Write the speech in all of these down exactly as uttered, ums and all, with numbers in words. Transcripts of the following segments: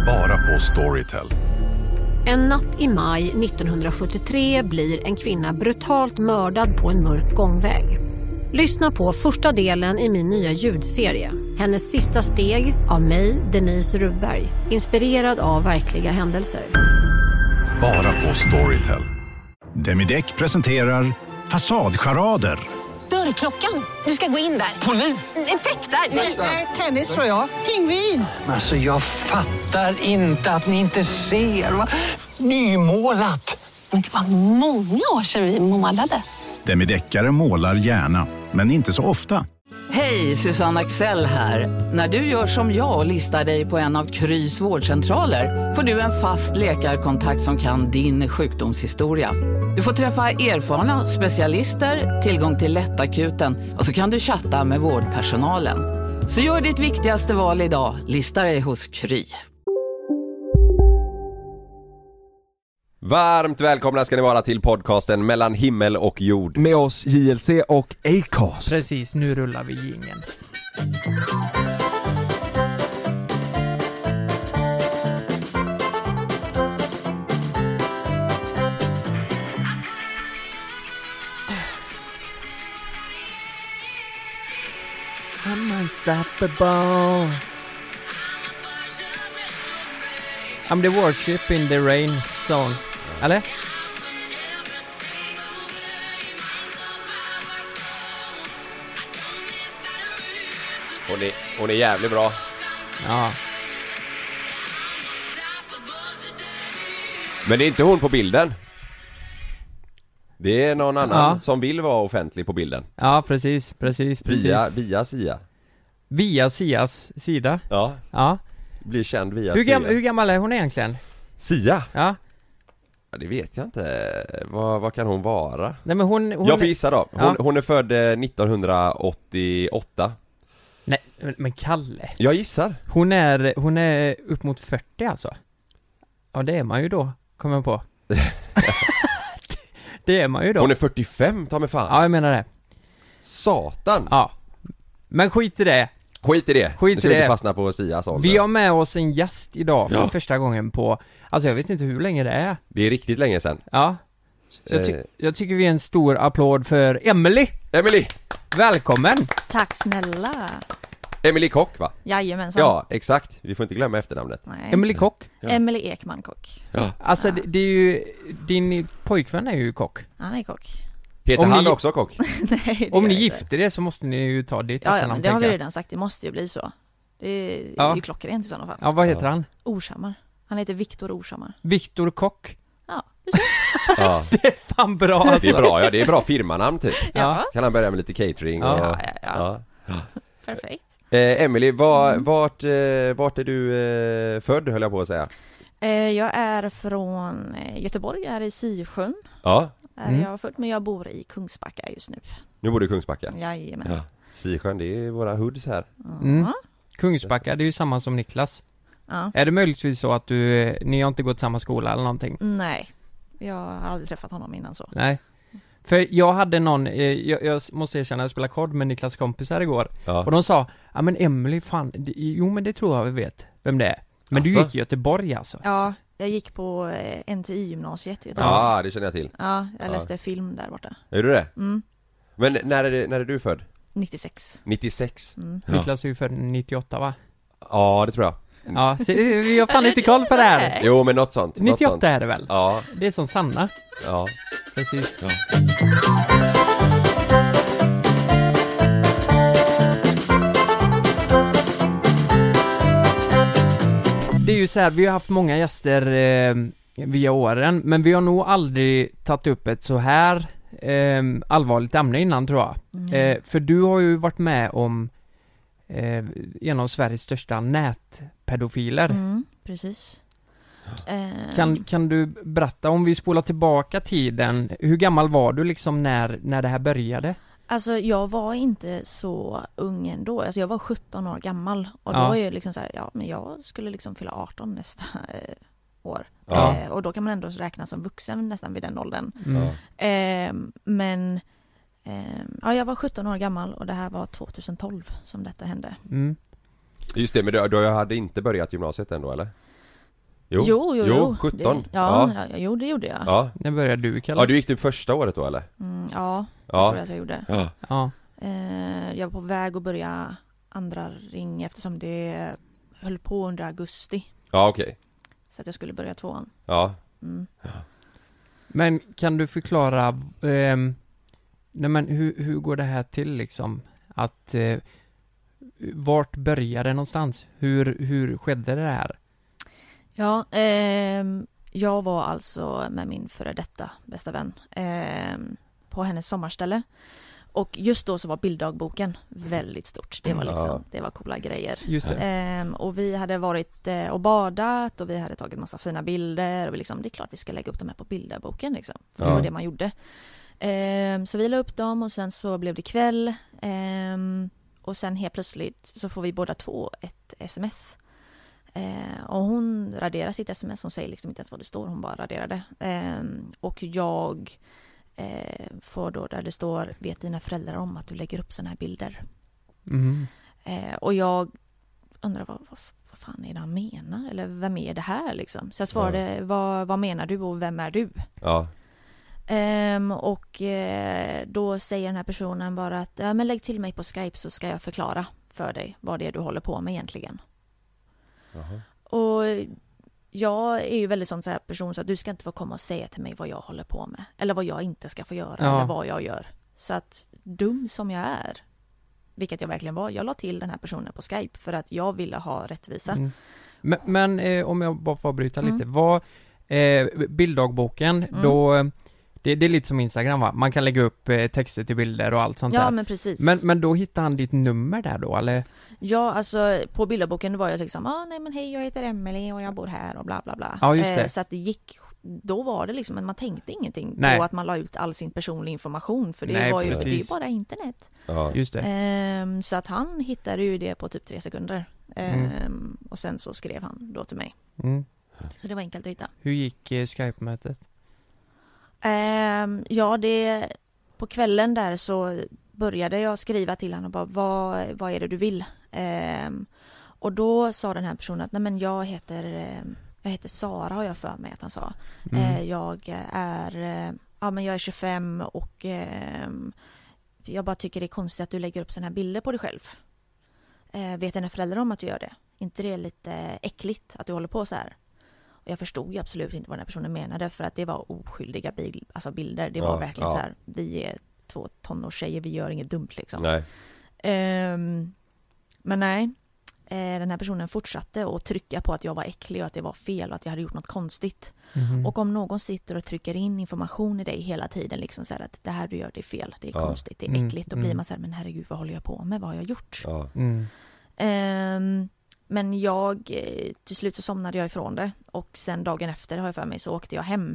Bara på Storytel. En natt i maj nittonhundrasjuttiotre blir en kvinna brutalt mördad på en mörk gångväg. Lyssna på första delen i min nya ljudserie. Hennes sista steg av mig, Denise Rubberg. Inspirerad av verkliga händelser. Bara på Storytel. Demideck presenterar Fasadcharader. Dörrklockan. Du ska gå in där. Polis? Effektar? Nej, tennis tror jag. Pingvin. Alltså jag fattar inte att ni inte ser. Va? Nymålat. Men det var många år sedan vi målade. Demideckare målar gärna, men inte så ofta. Hej, Susanne Axel här. När du gör som jag och listar dig på en av Krys vårdcentraler får du en fast läkarkontakt som kan din sjukdomshistoria. Du får träffa erfarna specialister, tillgång till lättakuten och så kan du chatta med vårdpersonalen. Så gör ditt viktigaste val idag, lista dig hos Kry. Varmt välkomna ska ni vara till podcasten Mellan himmel och jord. Med oss J L C och Acast. Precis, nu rullar vi jingeln. I'm unstoppable. I'm the worship in the rain zone. Eller? Hon är, hon är jävligt bra. Ja. Men det är inte hon på bilden. Det är någon annan Ja. som vill vara offentlig på bilden. Ja, precis, precis, precis. Via, via Sia. Via Sias sida. Ja, Ja. blir känd via Hur, gam- Sia. hur gammal är hon egentligen? Sia? Ja. Ja, det vet jag inte. Vad, vad kan hon vara? Nej, men hon... hon Jag får gissa då. Hon, Ja. hon är född eh, nittonhundraåttioåtta. Nej, men- men Kalle. Jag gissar. Hon är, hon är upp mot fyrtio alltså. Ja, det är man ju då, kommer jag på. Det är man ju då. Hon är fyrtiofem, ta mig fan. Ja, jag menar det. Satan. Ja. Men skit i det. Skit i det. Skit Nu ska i vi inte det. fastna på Sias ålder. Vi har med oss en gäst idag för Ja. första gången på... Alltså jag vet inte hur länge det är. Det är riktigt länge sedan. Ja. Så jag, ty- Eh. jag tycker vi är en stor applåd för Emily. Emily. Välkommen. Tack snälla. Emily Kock, va? Jajamensan. Ja, exakt. Vi får inte glömma efternamnet. Nej. Emily Kock. Ja. Emily Ekman Kock. Ja. Alltså Ja. det, det är ju... Din pojkvän är ju kock. Han är kock. Heter Om han ni- också Kock? Nej, det Om gör ni jag inte. gifter er så måste ni ju ta ditt Ja, ja, efternamn, men det har vi tänker jag. redan sagt. Det måste ju bli så. Det är Ja. ju klockrent i sådana fall. Ja, vad heter Ja. han? Orshammar. Han heter Viktor Orshammar. Viktor Kock. Ja, du ser. Ja. Det är fan bra alltså. Det är bra, ja. Det är bra firmanamn typ. Ja. Kan han börja med lite catering och... Ja, ja, ja. Ja. Perfekt. Eh, Emily, var, Mm. vart, eh, vart är du eh, född, höll jag på att säga? Eh, Jag är från eh, Göteborg. Jag är i Sisjön. Ja, Är Mm. jag född, men jag bor i Kungsbacka just nu. nu bor du i Kungsbacka. Jajamän. Ja. Sisjön, det är våra hoods här. Mm. Ja. Kungsbacka, det är ju samma som Niklas. Ja. Är det möjligtvis så att du... Ni har inte gått samma skola eller någonting? Nej. Jag har aldrig träffat honom innan så. Nej. För jag hade någon, eh, jag, jag måste erkänna, jag spelade kod med Niklas kompisar igår. Ja. Och de sa, ja men Emily, fan, det, jo men det tror jag vi vet vem det är. Men du Asså? gick i Göteborg alltså. Ja, jag gick på eh, N T I-gymnasiet i Göteborg. Ja, det känner jag till. Ja, jag Ja. läste film där borta. Är du det? Mm. Men när är, det, när är du född? nittiosex. nittiosex? Mm. Ja. Niklas är ju född nittioåtta va? Ja, det tror jag. Ja, så, vi har fan lite koll på det här. Nej. Jo, men något sånt. Något nittioåtta sånt. är det väl? Ja, Det är som Sanna. ja. Precis. Ja. Det är ju så här, vi har haft många gäster eh, via åren, men vi har nog aldrig tagit upp ett så här eh, allvarligt ämne innan tror jag. Mm. Eh, för du har ju varit med om eh, en av Sveriges största nätpedofiler. Mm, precis. Eh, Kan, kan du berätta, om vi spolar tillbaka tiden, hur gammal var du liksom när, när det här började? Alltså jag var inte så ung ändå. Alltså jag var sjutton år gammal. Och då Ja. är jag liksom så här, ja men jag skulle liksom fylla arton nästa eh, år. Ja. Eh, och då kan man ändå räkna som vuxen nästan vid den åldern. Mm. Ja. Eh, men eh, ja, jag var sjutton år gammal och det här var tjugohundratolv som detta hände. Mm. Just det, men du, du hade inte börjat gymnasiet ändå, eller? Jo, jo, jo, jo sjutton. Det, ja, ja. ja, jo, det gjorde jag. Ja. När började du, Kalle? Ja, du gick typ första året då, eller? Mm, ja, det ja. tror jag att jag gjorde. Ja. Ja. Eh, jag var på väg att börja andra ring eftersom det höll på under augusti. Ja, okej. Okay. Så att jag skulle börja tvåan. Ja. Mm. Men kan du förklara, eh, nej men hur, hur går det här till liksom? Att, eh, vart började det någonstans? Hur, hur skedde det här? Ja, eh, jag var alltså med min före detta bästa vän eh, på hennes sommarställe. Och just då så var bilddagboken väldigt stort. Det var liksom, ja. det var coola grejer. Just det. Ehm, och vi hade varit eh, och badat och vi hade tagit massa fina bilder. Och vi liksom, det är klart vi ska lägga upp dem här på bilddagboken liksom. För ja. det var det man gjorde. Ehm, så vi la upp dem och sen så blev det kväll. Ehm, och sen helt plötsligt så får vi båda två ett sms. Ehm, och hon raderar sitt sms. Hon säger liksom inte ens vad det står. Hon bara raderade. Ehm, och jag... Eh, får då där det står, vet dina föräldrar om att du lägger upp såna här bilder? Mm. Eh, och jag undrar vad, vad, vad fan är det han menar? Eller vem är det här liksom? Så jag svarade, ja. vad, vad menar du och vem är du? Ja. Eh, och eh, då säger den här personen bara att ja, men lägg till mig på Skype så ska jag förklara för dig vad det är du håller på med egentligen. Jaha. Och jag är ju väldigt sån så här person så att du ska inte få komma och säga till mig vad jag håller på med. Eller vad jag inte ska få göra. Ja. Eller vad jag gör. Så att dum som jag är, vilket jag verkligen var, jag la till den här personen på Skype för att jag ville ha rättvisa. Mm. Men, men eh, om jag bara får bryta mm. lite. Vad, eh, bilddagboken, mm. då... Det, det är lite som Instagram, va? Man kan lägga upp eh, texter till bilder och allt sånt ja, där. Ja, men precis. Men, men då hittade han ditt nummer där då, eller? Ja, alltså på bilderboken var jag liksom, ah, nej men hej, jag heter Emelie och jag bor här och bla bla bla. Ja, just det. Eh, så att det gick, då var det liksom, men man tänkte ingenting nej. på att man la ut all sin personliga information, för det nej, var ju, precis. det är ju bara internet. Ja. Just det. Eh, så att han hittade ju det på typ tre sekunder. Eh, mm. Och sen så skrev han då till mig. Mm. Så det var enkelt att hitta. Hur gick eh, Skype-mötet? Um, ja, det på kvällen där så började jag skriva till honom och bara, vad, vad är det du vill? Um, och då sa den här personen att nej men jag heter um, jag heter Sara, har jag för mig att han sa. Mm. Uh, jag är uh, ja men jag är tjugofem och um, jag bara tycker det är konstigt att du lägger upp såna här bilder på dig själv. Uh, vet dina föräldrar om att du gör det? Inte det är lite äckligt att du håller på så här? Och jag förstod ju absolut inte vad den här personen menade, för att det var oskyldiga bil, alltså bilder. Det var ja, verkligen ja. så här, vi är två tonårstjejer, vi gör inget dumt liksom. Nej. Um, men nej, uh, den här personen fortsatte att trycka på att jag var äcklig och att det var fel och att jag hade gjort något konstigt. Mm-hmm. Och om någon sitter och trycker in information i dig hela tiden, liksom så här att det här du gör det är fel, det är ja. konstigt, det är äckligt, då mm. blir man så här, men herregud, vad håller jag på med, vad har jag gjort? Ja. Mm. Um, Men jag, till slut så somnade jag ifrån det. Och sen dagen efter, har jag för mig, så åkte jag hem.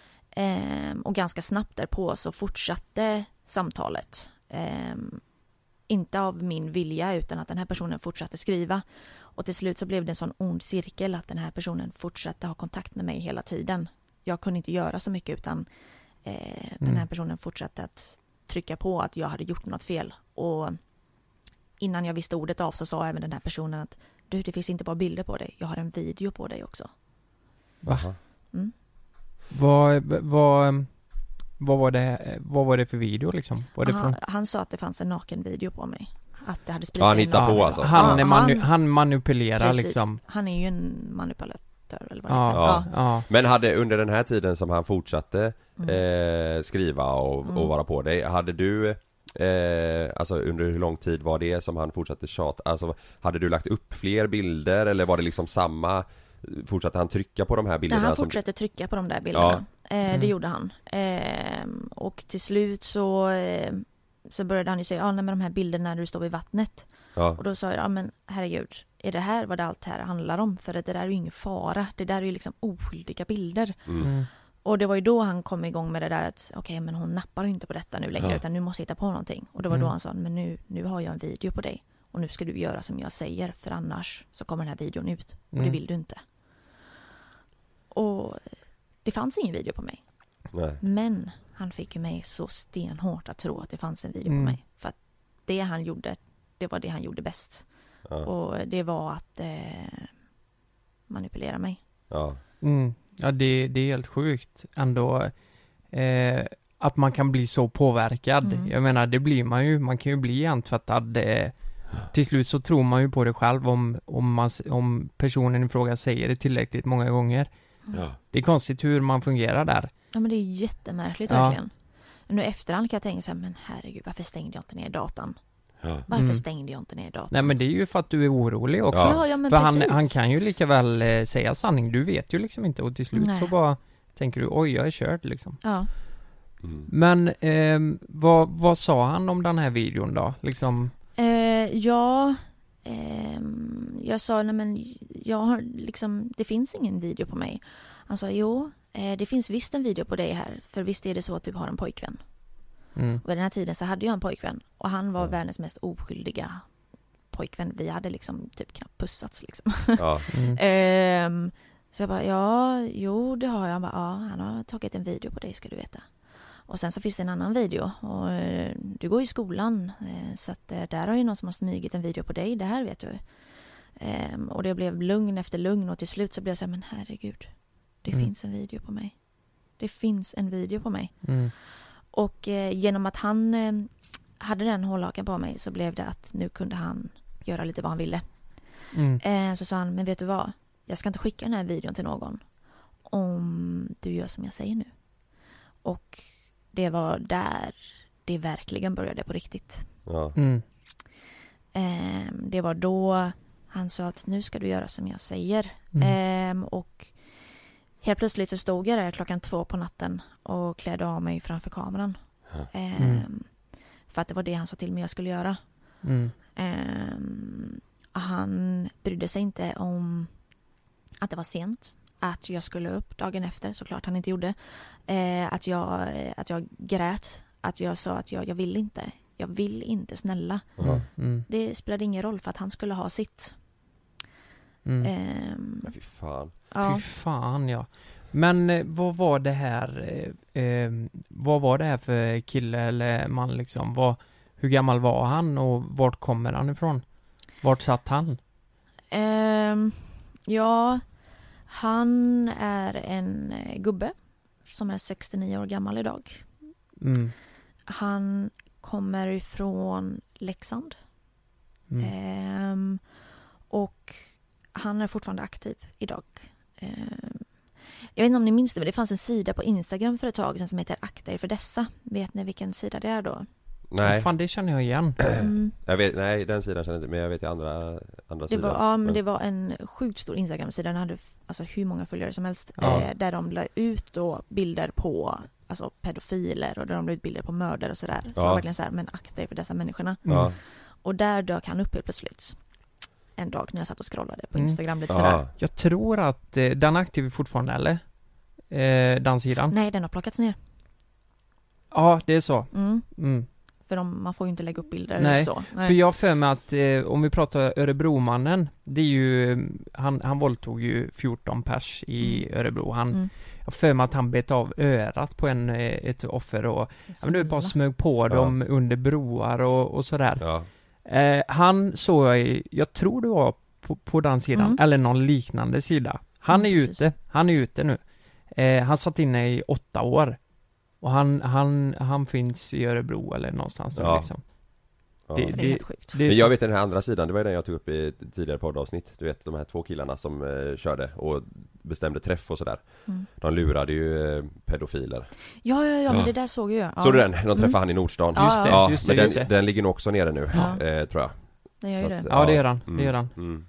Ehm, och ganska snabbt därpå så fortsatte samtalet. Ehm, inte av min vilja, utan att den här personen fortsatte skriva. Och till slut så blev det en sån ond cirkel att den här personen fortsatte ha kontakt med mig hela tiden. Jag kunde inte göra så mycket, utan eh, mm. den här personen fortsatte att trycka på att jag hade gjort något fel. Och innan jag visste ordet av så sa även den här personen att du, det finns inte bara bilder på dig. Jag har en video på dig också. Va? Mm. Vad, vad, vad, var det, vad var det för video liksom? Var det Aha, från... Han sa att det fanns en naken video på mig. Att det hade spridit ja, han sig hittar på alltså. Han, ja, manu- han, han manipulerar precis. liksom. Han är ju en manipulatör eller vad det ja, heter. Ja. Ja. Men hade under den här tiden som han fortsatte mm. eh, skriva och, mm. och vara på dig, hade du... Eh, alltså under hur lång tid var det som han fortsatte tjata? Alltså hade du lagt upp fler bilder eller var det liksom samma, fortsatte han trycka på de här bilderna? Nej, han som... fortsatte trycka på de där bilderna. Ja. Eh, mm. det gjorde han. Eh, och till slut så eh, så började han ju säga, ja nej, men de här bilderna när du står vid vattnet. Ja. Och då sa jag, ja men herregud, är det här vad det allt här handlar om? För det där är ju ingen fara. Det där är ju liksom oskyldiga bilder. Mm. Mm. Och det var ju då han kom igång med det där att okej, okay, men hon nappar inte på detta nu längre, ja. utan nu måste jag hitta på någonting. Och det var mm. då han sa, men nu, nu har jag en video på dig. Och nu ska du göra som jag säger, för annars så kommer den här videon ut. Och mm. det vill du inte. Och det fanns ingen video på mig. Nej. Men han fick ju mig så stenhårt att tro att det fanns en video mm. på mig. För att det han gjorde, det var det han gjorde bäst. Ja. Och det var att eh, manipulera mig. Ja. Mm. Ja, det, det är helt sjukt ändå eh, att man kan bli så påverkad. Mm. Jag menar, det blir man ju. Man kan ju bli antvättad. Eh, till slut så tror man ju på det själv om, om, man, om personen i fråga säger det tillräckligt många gånger. Ja. Det är konstigt hur man fungerar där. Ja, men det är jättemärkligt Ja. verkligen. Nu efterhand kan jag tänka så här, men herregud, varför stängde jag inte ner datan? Ja. Varför Mm. stängde jag inte ner datan? Nej, men det är ju för att du är orolig också. Ja, ja, men för han, precis. han kan ju lika väl eh, säga sanning. Du vet ju liksom inte. Och till slut Nej. så bara tänker du, oj, jag är körd liksom. Ja. Mm. Men eh, vad, vad sa han om den här videon då? Liksom... Eh, ja, eh, jag sa, nej men jag har liksom, det finns ingen video på mig. Han sa, jo, eh, det finns visst en video på dig här. För visst är det så att du har en pojkvän. Mm. Och vid den här tiden så hade jag en pojkvän. Och han var Ja. världens mest oskyldiga pojkvän. Vi hade liksom typ knappt pussats liksom. Ja. Mm. Ehm, så jag bara, ja, jo det har jag. Han bara, ja, han har tagit en video på dig ska du veta. Och sen så finns det en annan video. Och eh, du går i skolan. Eh, så att eh, där har ju någon som har smygit en video på dig. Det här vet du. Ehm, och det blev lugn efter lugn. Och till slut så blev jag så här, men herregud. Det Mm. finns en video på mig. Det finns en video på mig. Mm. Och eh, genom att han eh, hade den hållhaken på mig så blev det att nu kunde han göra lite vad han ville. Mm. Eh, så sa han, men vet du vad? Jag ska inte skicka den här videon till någon om du gör som jag säger nu. Och det var där det verkligen började på riktigt. Ja. Mm. Eh, det var då han sa att nu ska du göra som jag säger. Mm. Eh, och helt plötsligt så stod jag där klockan två på natten och klädde av mig framför kameran. Eh, Mm. För att det var det han sa till mig jag skulle göra. Mm. Eh, han brydde sig inte om att det var sent. Att jag skulle upp dagen efter, såklart han inte gjorde. Eh, att, jag, att jag grät. Att jag sa att jag, jag vill inte. Jag vill inte, snälla. Ja. Mm. Det spelade ingen roll för att han skulle ha sitt. Mm. Ehm, Ja, fy fan. ja. Fy fan, ja. Men eh, vad var det här eh, eh, vad var det här för kille eller man liksom? Vad, hur gammal var han och vart kommer han ifrån? Vart satt han? Ehm, ja, han är en eh, gubbe som är sextionio år gammal idag. Mm. Han kommer ifrån Leksand. Mm. Ehm, och han är fortfarande aktiv idag. Ehm, jag vet inte om ni minns det, men det fanns en sida på Instagram för ett tag sedan som heter Akta er för dessa. Vet ni vilken sida det är då? Nej. Fan, det känner jag igen. Mm. Jag vet, nej, den sidan känner jag inte, men jag vet ju andra, andra Det sidan. var, ja, men det var en sjukt stor Instagram-sida. Den hade alltså hur många följare som helst. Ja. Eh, där de la ut då bilder på alltså pedofiler och där de la ut bilder på mördare och sådär. Så Ja. det var verkligen så här, men akta er för dessa människorna. Ja. Och där dök han upp helt plötsligt. En dag när jag satt och scrollade på Mm. Instagram lite Ja. sådär. Jag tror att eh, den är aktiv fortfarande, eller? Eh, den sidan? Nej, den har plockats ner. Ja, det är så. Mm. Mm. För de, man får ju inte lägga upp bilder Nej, så. för jag har för mig att eh, om vi pratar Örebromannen, det är ju, han, han våldtog ju fjorton pers i Mm. Örebro. Han, Mm. jag har för mig att han bet av örat på en, eh, ett offer och ja, men du vet, bara smög på Ja. dem under broar och, och sådär. Ja. Eh, han såg jag i, jag tror det var på, på den sidan, Mm. eller någon liknande sida. Han Mm, är precis. ute, han är ute nu. Eh, han satt inne i åtta år. Och han, han, han finns i Örebro eller någonstans nu Ja. liksom. Ja. Det, Det är det, helt sjukt. det är Men så- jag vet den här andra sidan, det var ju den jag tog upp i ett tidigare poddavsnitt. Du vet de här två killarna som eh, körde och bestämde träff och sådär. Mm. De lurade ju eh, pedofiler. Ja, ja, ja, men Ja. det där såg jag. Ja. Såg du den? De träffade Mm. han i Nordstan. Ja, Just det, ja, just det, men den, just det. den ligger nog också nere nu, Ja. eh, tror jag. Den gör ju Så det. att, Ja, det gör han, det mm, gör han. Mm.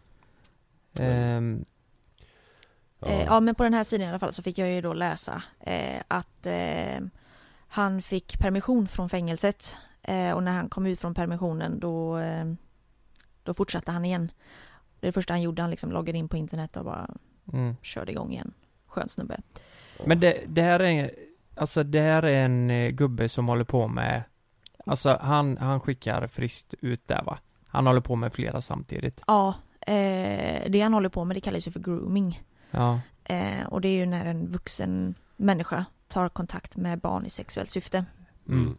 Ehm, Ja. Eh, ja, men på den här sidan i alla fall så fick jag ju då läsa eh, att eh, han fick permission från fängelset eh, och när han kom ut från permissionen då, eh, då fortsatte han igen. Det första han gjorde, han liksom loggade in på internet och bara mm. körde igång igen. Skön snubbe. Men det, det här är, alltså det här är en eh, gubbe som håller på med, alltså han, han skickar friskt ut där va? Han håller på med flera samtidigt. Ja, eh, det han håller på med det kallas ju för grooming. Ja. Eh, och det är ju när en vuxen människa tar kontakt med barn i sexuellt syfte. Mm.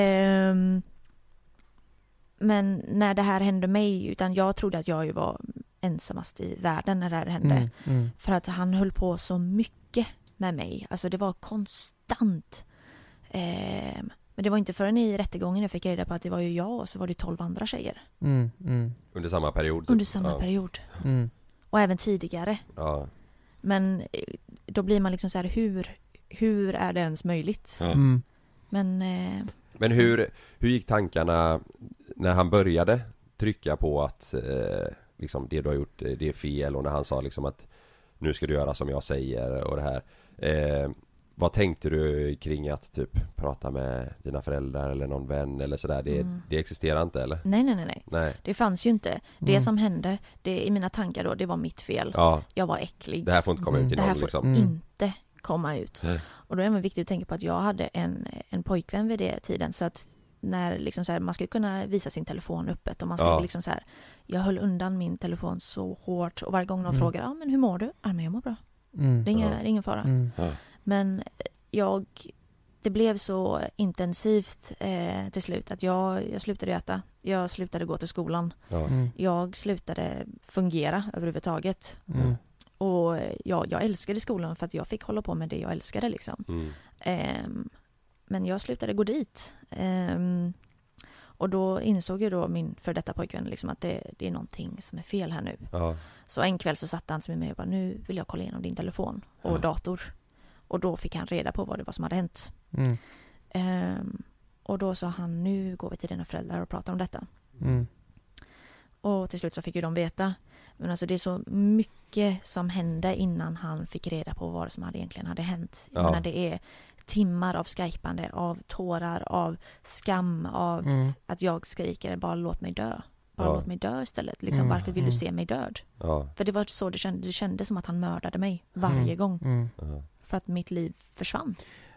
Ehm, men när det här hände mig, utan jag trodde att jag ju var ensamast i världen när det här hände. Mm, mm. För att han höll på så mycket med mig. Alltså det var konstant. Eh, men det var inte förrän i rättegången jag fick reda på att det var ju jag och så var det tolv andra tjejer. Mm, mm. Under samma period? Typ. Under samma ja. period. Mm. Och även tidigare. Ja. Men då blir man liksom så här, hur, hur är det ens möjligt? Ja. Mm. Men, eh, Men hur, hur gick tankarna när han började trycka på att eh, liksom det du har gjort, det är fel, och när han sa liksom att nu ska du göra som jag säger och det här. Eh, vad tänkte du kring att typ prata med dina föräldrar eller någon vän eller sådär? Det, Mm. det existerar inte, eller? nej, nej, nej, nej. Nej. Det fanns ju inte. Det Mm. som hände, det, i mina tankar då, det var mitt fel. Ja, Jag var äcklig. det här får inte komma ut till Det här någon får liksom. Mm. inte komma ut. Nej. Och då är det viktigt att tänka på att jag hade en, en pojkvän vid det tiden, så att när liksom så här, man ska kunna visa sin telefon öppet och man ska Ja. liksom så här, jag höll undan min telefon så hårt och varje gång någon Mm. frågar, ja men hur mår du? Ja men jag mår bra. Mm. Det är, inga, Ja. det är ingen fara. Mm. Ja. Men jag, det blev så intensivt eh, till slut att jag, jag slutade äta. Jag slutade gå till skolan. Ja. Mm. Jag slutade fungera överhuvudtaget. Mm. Och ja, jag älskade skolan för att jag fick hålla på med det jag älskade liksom. Mm. Ehm, men jag slutade gå dit. Ehm, och då insåg ju då min för detta pojkvän liksom att det, det är någonting som är fel här nu. Ja. Så en kväll så satte han sig med mig och bara, nu vill jag kolla igenom din telefon och Ja. dator. Och då fick han reda på vad det var som hade hänt. Mm. Ehm, och då sa han, nu går vi till dina föräldrar och pratar om detta. Mm. Och till slut så fick ju de veta. Men alltså det är så mycket som hände innan han fick reda på vad som hade egentligen hade hänt. Jag Ja. menar, det är timmar av skypande, av tårar, av skam, av Mm. att jag skriker, bara låt mig dö. Bara Ja. låt mig dö istället. Liksom, Mm, varför vill du mm. se mig död? Ja. För det var så det kändes. Det kändes som att han mördade mig varje Mm. gång. Mm. Ja. För att mitt liv försvann.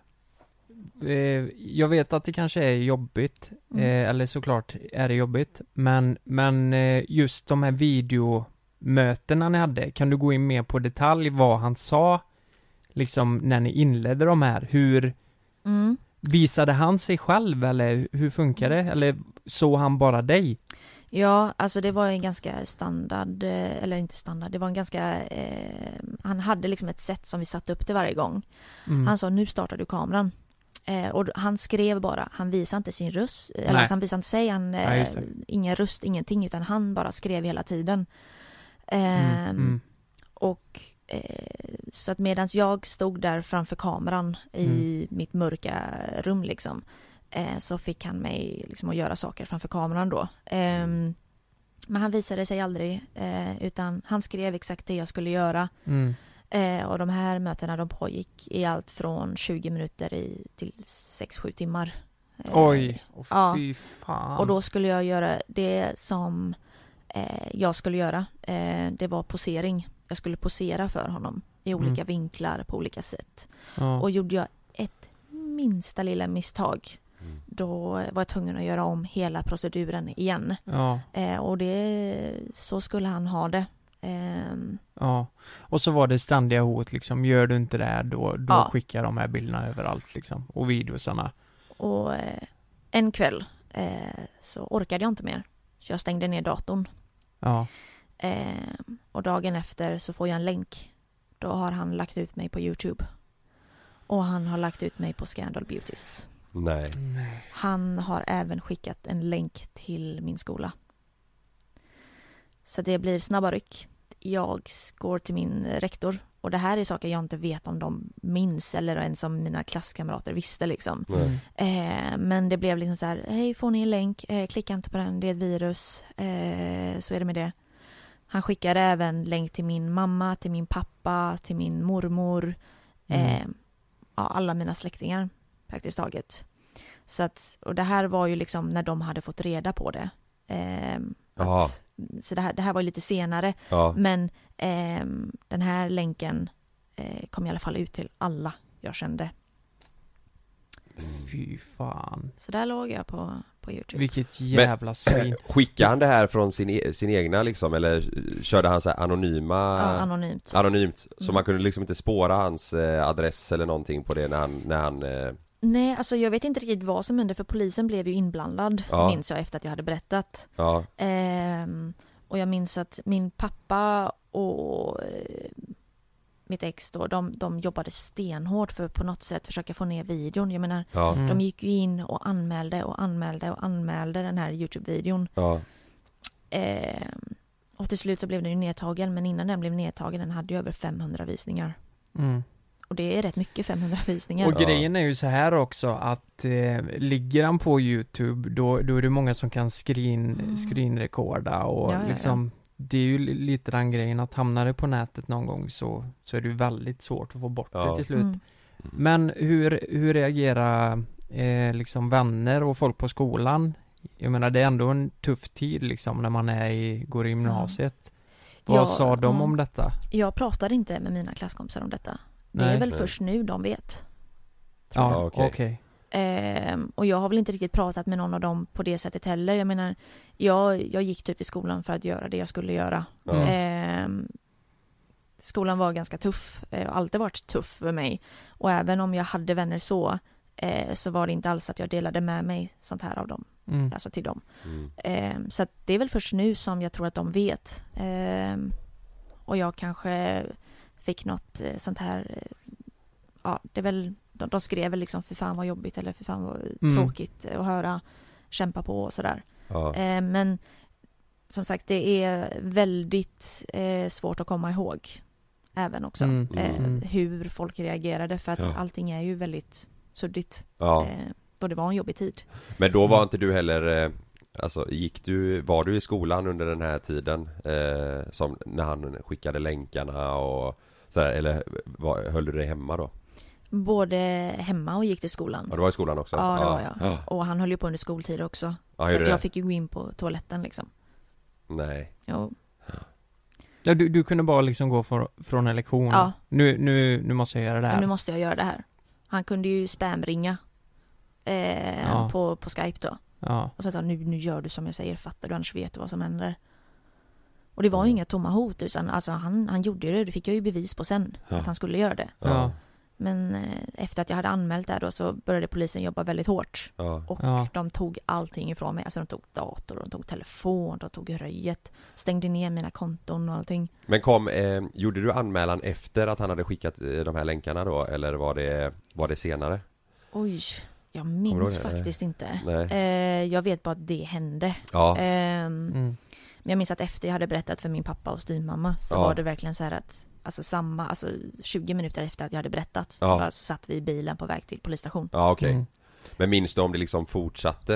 Eh, jag vet att det kanske är jobbigt, Mm. eh, eller såklart är det jobbigt, men, men eh, just de här videomötena ni hade, kan du gå in mer på detalj vad han sa, liksom när ni inledde de här, hur Mm. visade han sig själv, eller hur funkar det, eller såg han bara dig? Ja, alltså det var en ganska standard, eh, eller inte standard, det var en ganska, eh, han hade liksom ett sätt som vi satte upp det varje gång. Mm. Han sa, nu startar du kameran. Eh, och han skrev bara, han visade inte sin röst, eller Nej. alltså han visade inte sig, han, Nej, eh, just det. ingen röst, ingenting, utan han bara skrev hela tiden. Mm. Eh, Mm. Och eh, så att medans jag stod där framför kameran i mitt mörka rum liksom, eh, så fick han mig liksom att göra saker framför kameran då. Eh, men han visade sig aldrig, eh, utan han skrev exakt det jag skulle göra. Mm. Eh, och de här mötena de pågick i allt från tjugo minuter i, till sex sju timmar. Eh, Oj, oh, ja. fy fan. Och då skulle jag göra det som eh, jag skulle göra. Eh, det var posering. Jag skulle posera för honom i olika Mm. vinklar på olika sätt. Ja. Och gjorde jag ett minsta lilla misstag, Mm. då var jag tvungen att göra om hela proceduren igen. Ja, Eh, och det, så skulle han ha det. Ehm, ja. Och så var det ständiga hot liksom, gör du inte det här då, då Ja. skickar de här bilderna överallt liksom, och videosarna. och eh, en kväll eh, så orkade jag inte mer. Så jag stängde ner datorn. Ja. Eh, och dagen efter så får jag en länk. Då har han lagt ut mig på YouTube. Och han har lagt ut mig på Scandal Beauties. Nej. Han har även skickat en länk till min skola. Så det blir snabba ryck. Jag går till min rektor. Och det här är saker jag inte vet om de minns eller ens om mina klasskamrater visste liksom. Nej. Eh, men det blev liksom så här, hej, får ni en länk? Eh, klicka inte på den, det är ett virus. Eh, så är det med det. Han skickade även länk till min mamma, till min pappa, till min mormor. Eh, ja, alla mina släktingar praktiskt taget. Så att, och det här var ju liksom när de hade fått reda på det. Eh, Jaha. att, så det här, det här var ju lite senare. Ja. Men eh, den här länken eh, kom i alla fall ut till alla jag kände. Fy fan. Så där låg jag på, på YouTube. Vilket jävla svin. Skickade han det här från sin, e- sin egna liksom, eller körde han så här anonyma? Ja, anonymt. Anonymt. Så Mm. man kunde liksom inte spåra hans eh, adress eller någonting på det när han, när han eh... Nej, alltså jag vet inte riktigt vad som hände, för polisen blev ju inblandad, Ja. minns jag, efter att jag hade berättat. Ja. Ehm, och jag minns att min pappa och eh, mitt ex då, de, de jobbade stenhårt för att på något sätt försöka få ner videon. Jag menar, Ja. Mm. de gick ju in och anmälde och anmälde och anmälde den här YouTube-videon. Ja. Eh, och till slut så blev den ju nedtagen, men innan den blev nedtagen den hade ju över femhundra visningar. Mm. Och det är rätt mycket femhundra visningar. Och grejen är ju så här också att eh, ligger han på YouTube då, då är det många som kan screen, Mm. screenrekorda och Ja, ja, ja. liksom det är ju li- lite den grejen att hamnar det på nätet någon gång så, så är det ju väldigt svårt att få bort Ja. det till slut. Mm. Men hur, hur reagerar eh, liksom vänner och folk på skolan? Jag menar det är ändå en tuff tid liksom när man är i, går i gymnasiet. Vad Ja, sa de ja. om detta? Jag pratade inte med mina klasskompisar om detta. Det Nej. är väl Nej. först nu de vet. Ja, Ja, okej. okej. Ehm, och jag har väl inte riktigt pratat med någon av dem på det sättet heller. Jag menar, jag, jag gick typ i skolan för att göra det jag skulle göra. Ja. Ehm, skolan var ganska tuff. Eh, har alltid varit tuff för mig. Och även om jag hade vänner så, eh, så var det inte alls att jag delade med mig sånt här av dem. Mm. Alltså till dem. Mm. Ehm, så att det är väl först nu som jag tror att de vet. Ehm, och jag kanske fick något eh, sånt här, eh, ja det är väl, de, de skrev väl liksom för fan vad jobbigt eller för fan vad Mm. tråkigt att höra, kämpa på och sådär. Ja. Ehm, men som sagt det är väldigt eh, svårt att komma ihåg även också. Mm. Eh, Mm. hur folk reagerade för att Ja. allting är ju väldigt suddigt. Ja. Eh, då det var en jobbig tid. Men då var inte du heller eh, alltså gick du, var du i skolan under den här tiden eh, som när han skickade länkarna och sådär, eller var, höll du dig hemma då? Både hemma och gick till skolan. Ja, du var i skolan också? Ja, det var jag. Ja. Och han höll ju på under skoltid också. Ja, så gjorde att jag det? fick ju gå in på toaletten liksom. Nej. Jo. Ja, du, du kunde bara liksom gå för, från en lektion. Ja. Nu, nu, nu måste jag göra det här. Men nu måste jag göra det här. Han kunde ju spamringa eh, Ja. på, på Skype då. Ja. Och så sa nu, nu gör du som jag säger, fattar du, annars vet du vad som händer. Och det var ju Mm. inga tomma hot, utan alltså han, han gjorde det, det fick jag ju bevis på sen, Ja. att han skulle göra det. Ja. Men eh, efter att jag hade anmält det då så började polisen jobba väldigt hårt. Ja. Och Ja. de tog allting ifrån mig. Alltså de tog dator, de tog telefon, de tog röjet. Stängde ner mina konton och allting. Men kom, eh, gjorde du anmälan efter att han hade skickat eh, de här länkarna då? Eller var det, var det senare? Oj, jag Kommer du minns ihåg det? faktiskt inte. Nej. Eh, jag vet bara att det hände. Ja. Ehm, Mm. Men jag minns att efter jag hade berättat för min pappa och styvmamma så Ja. var det verkligen så här att alltså samma, alltså tjugo minuter efter att jag hade berättat Ja. så, bara, så satt vi i bilen på väg till polisstation. Ja, okej. Mm. Men minns du om det liksom fortsatte?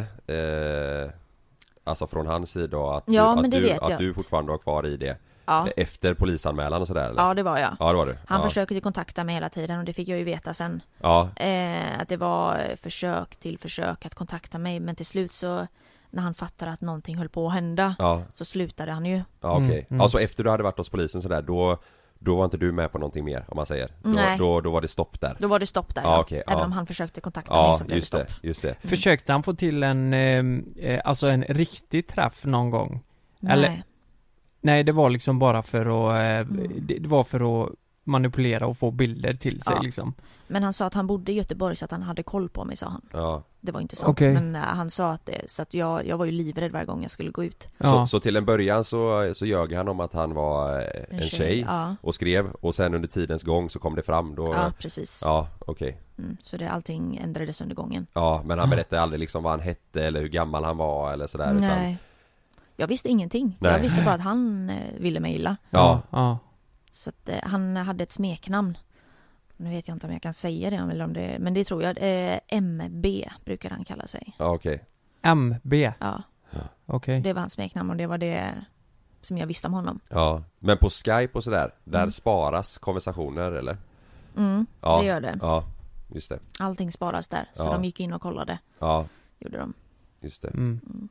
Eh, alltså från hans sida att, Ja, du, men att, det du, vet att jag du att- fortfarande var kvar i det? Ja, Efter polisanmälan och sådär eller? ja det var jag. Ja, det var du. Han ja. försökte ju kontakta mig hela tiden och det fick jag ju veta sen. Ja, Eh, att det var försök till försök att kontakta mig, men till slut så när han fattade att någonting höll på att hända ja, så slutade han ju. ja okej. Mm, mm. Alltså efter du hade varit hos polisen sådär, då, då var inte du med på någonting mer om man säger? Då, Nej. då, då var det stopp där? Då var det stopp där. Ja, Ja, okej, Även ja. om han försökte kontakta mig Ja, så blev just det det, stopp. just det. Försökte han få till en, eh, eh, alltså en riktig träff någon gång? Nej. Eller- Nej, det var liksom bara för att, eh, Mm. det, det var för att manipulera och få bilder till sig Ja. liksom. Men han sa att han bodde i Göteborg så att han hade koll på mig, sa han. Ja. Det var inte sant, Okej. men uh, han sa att det, så att jag, jag var ju livrädd varje gång jag skulle gå ut. Ja. Så, så till en början så, så ljög han om att han var eh, en, tjej, Ja, och skrev, och sen under tidens gång så kom det fram då? ja precis. Ja, okej. Mm, så det, allting ändrades under gången. Ja, men han Ja. berättade aldrig liksom vad han hette eller hur gammal han var eller sådär utan, Nej. Jag visste ingenting. Nej. Jag visste bara att han eh, ville mig illa. Ja. Ja. Så att eh, han hade ett smeknamn. Nu vet jag inte om jag kan säga det, eller om det, men det tror jag. Eh, M B brukar han kalla sig. Ja, okej. M B, Ja, okej. det var hans smeknamn och det var det som jag visste om honom. Ja, men på Skype och sådär, där Mm. sparas konversationer eller? Mm, Ja. det gör det. Ja, just det. Allting sparas där. Så Ja. de gick in och kollade. Ja, Gjorde de. just det. Mm. Mm.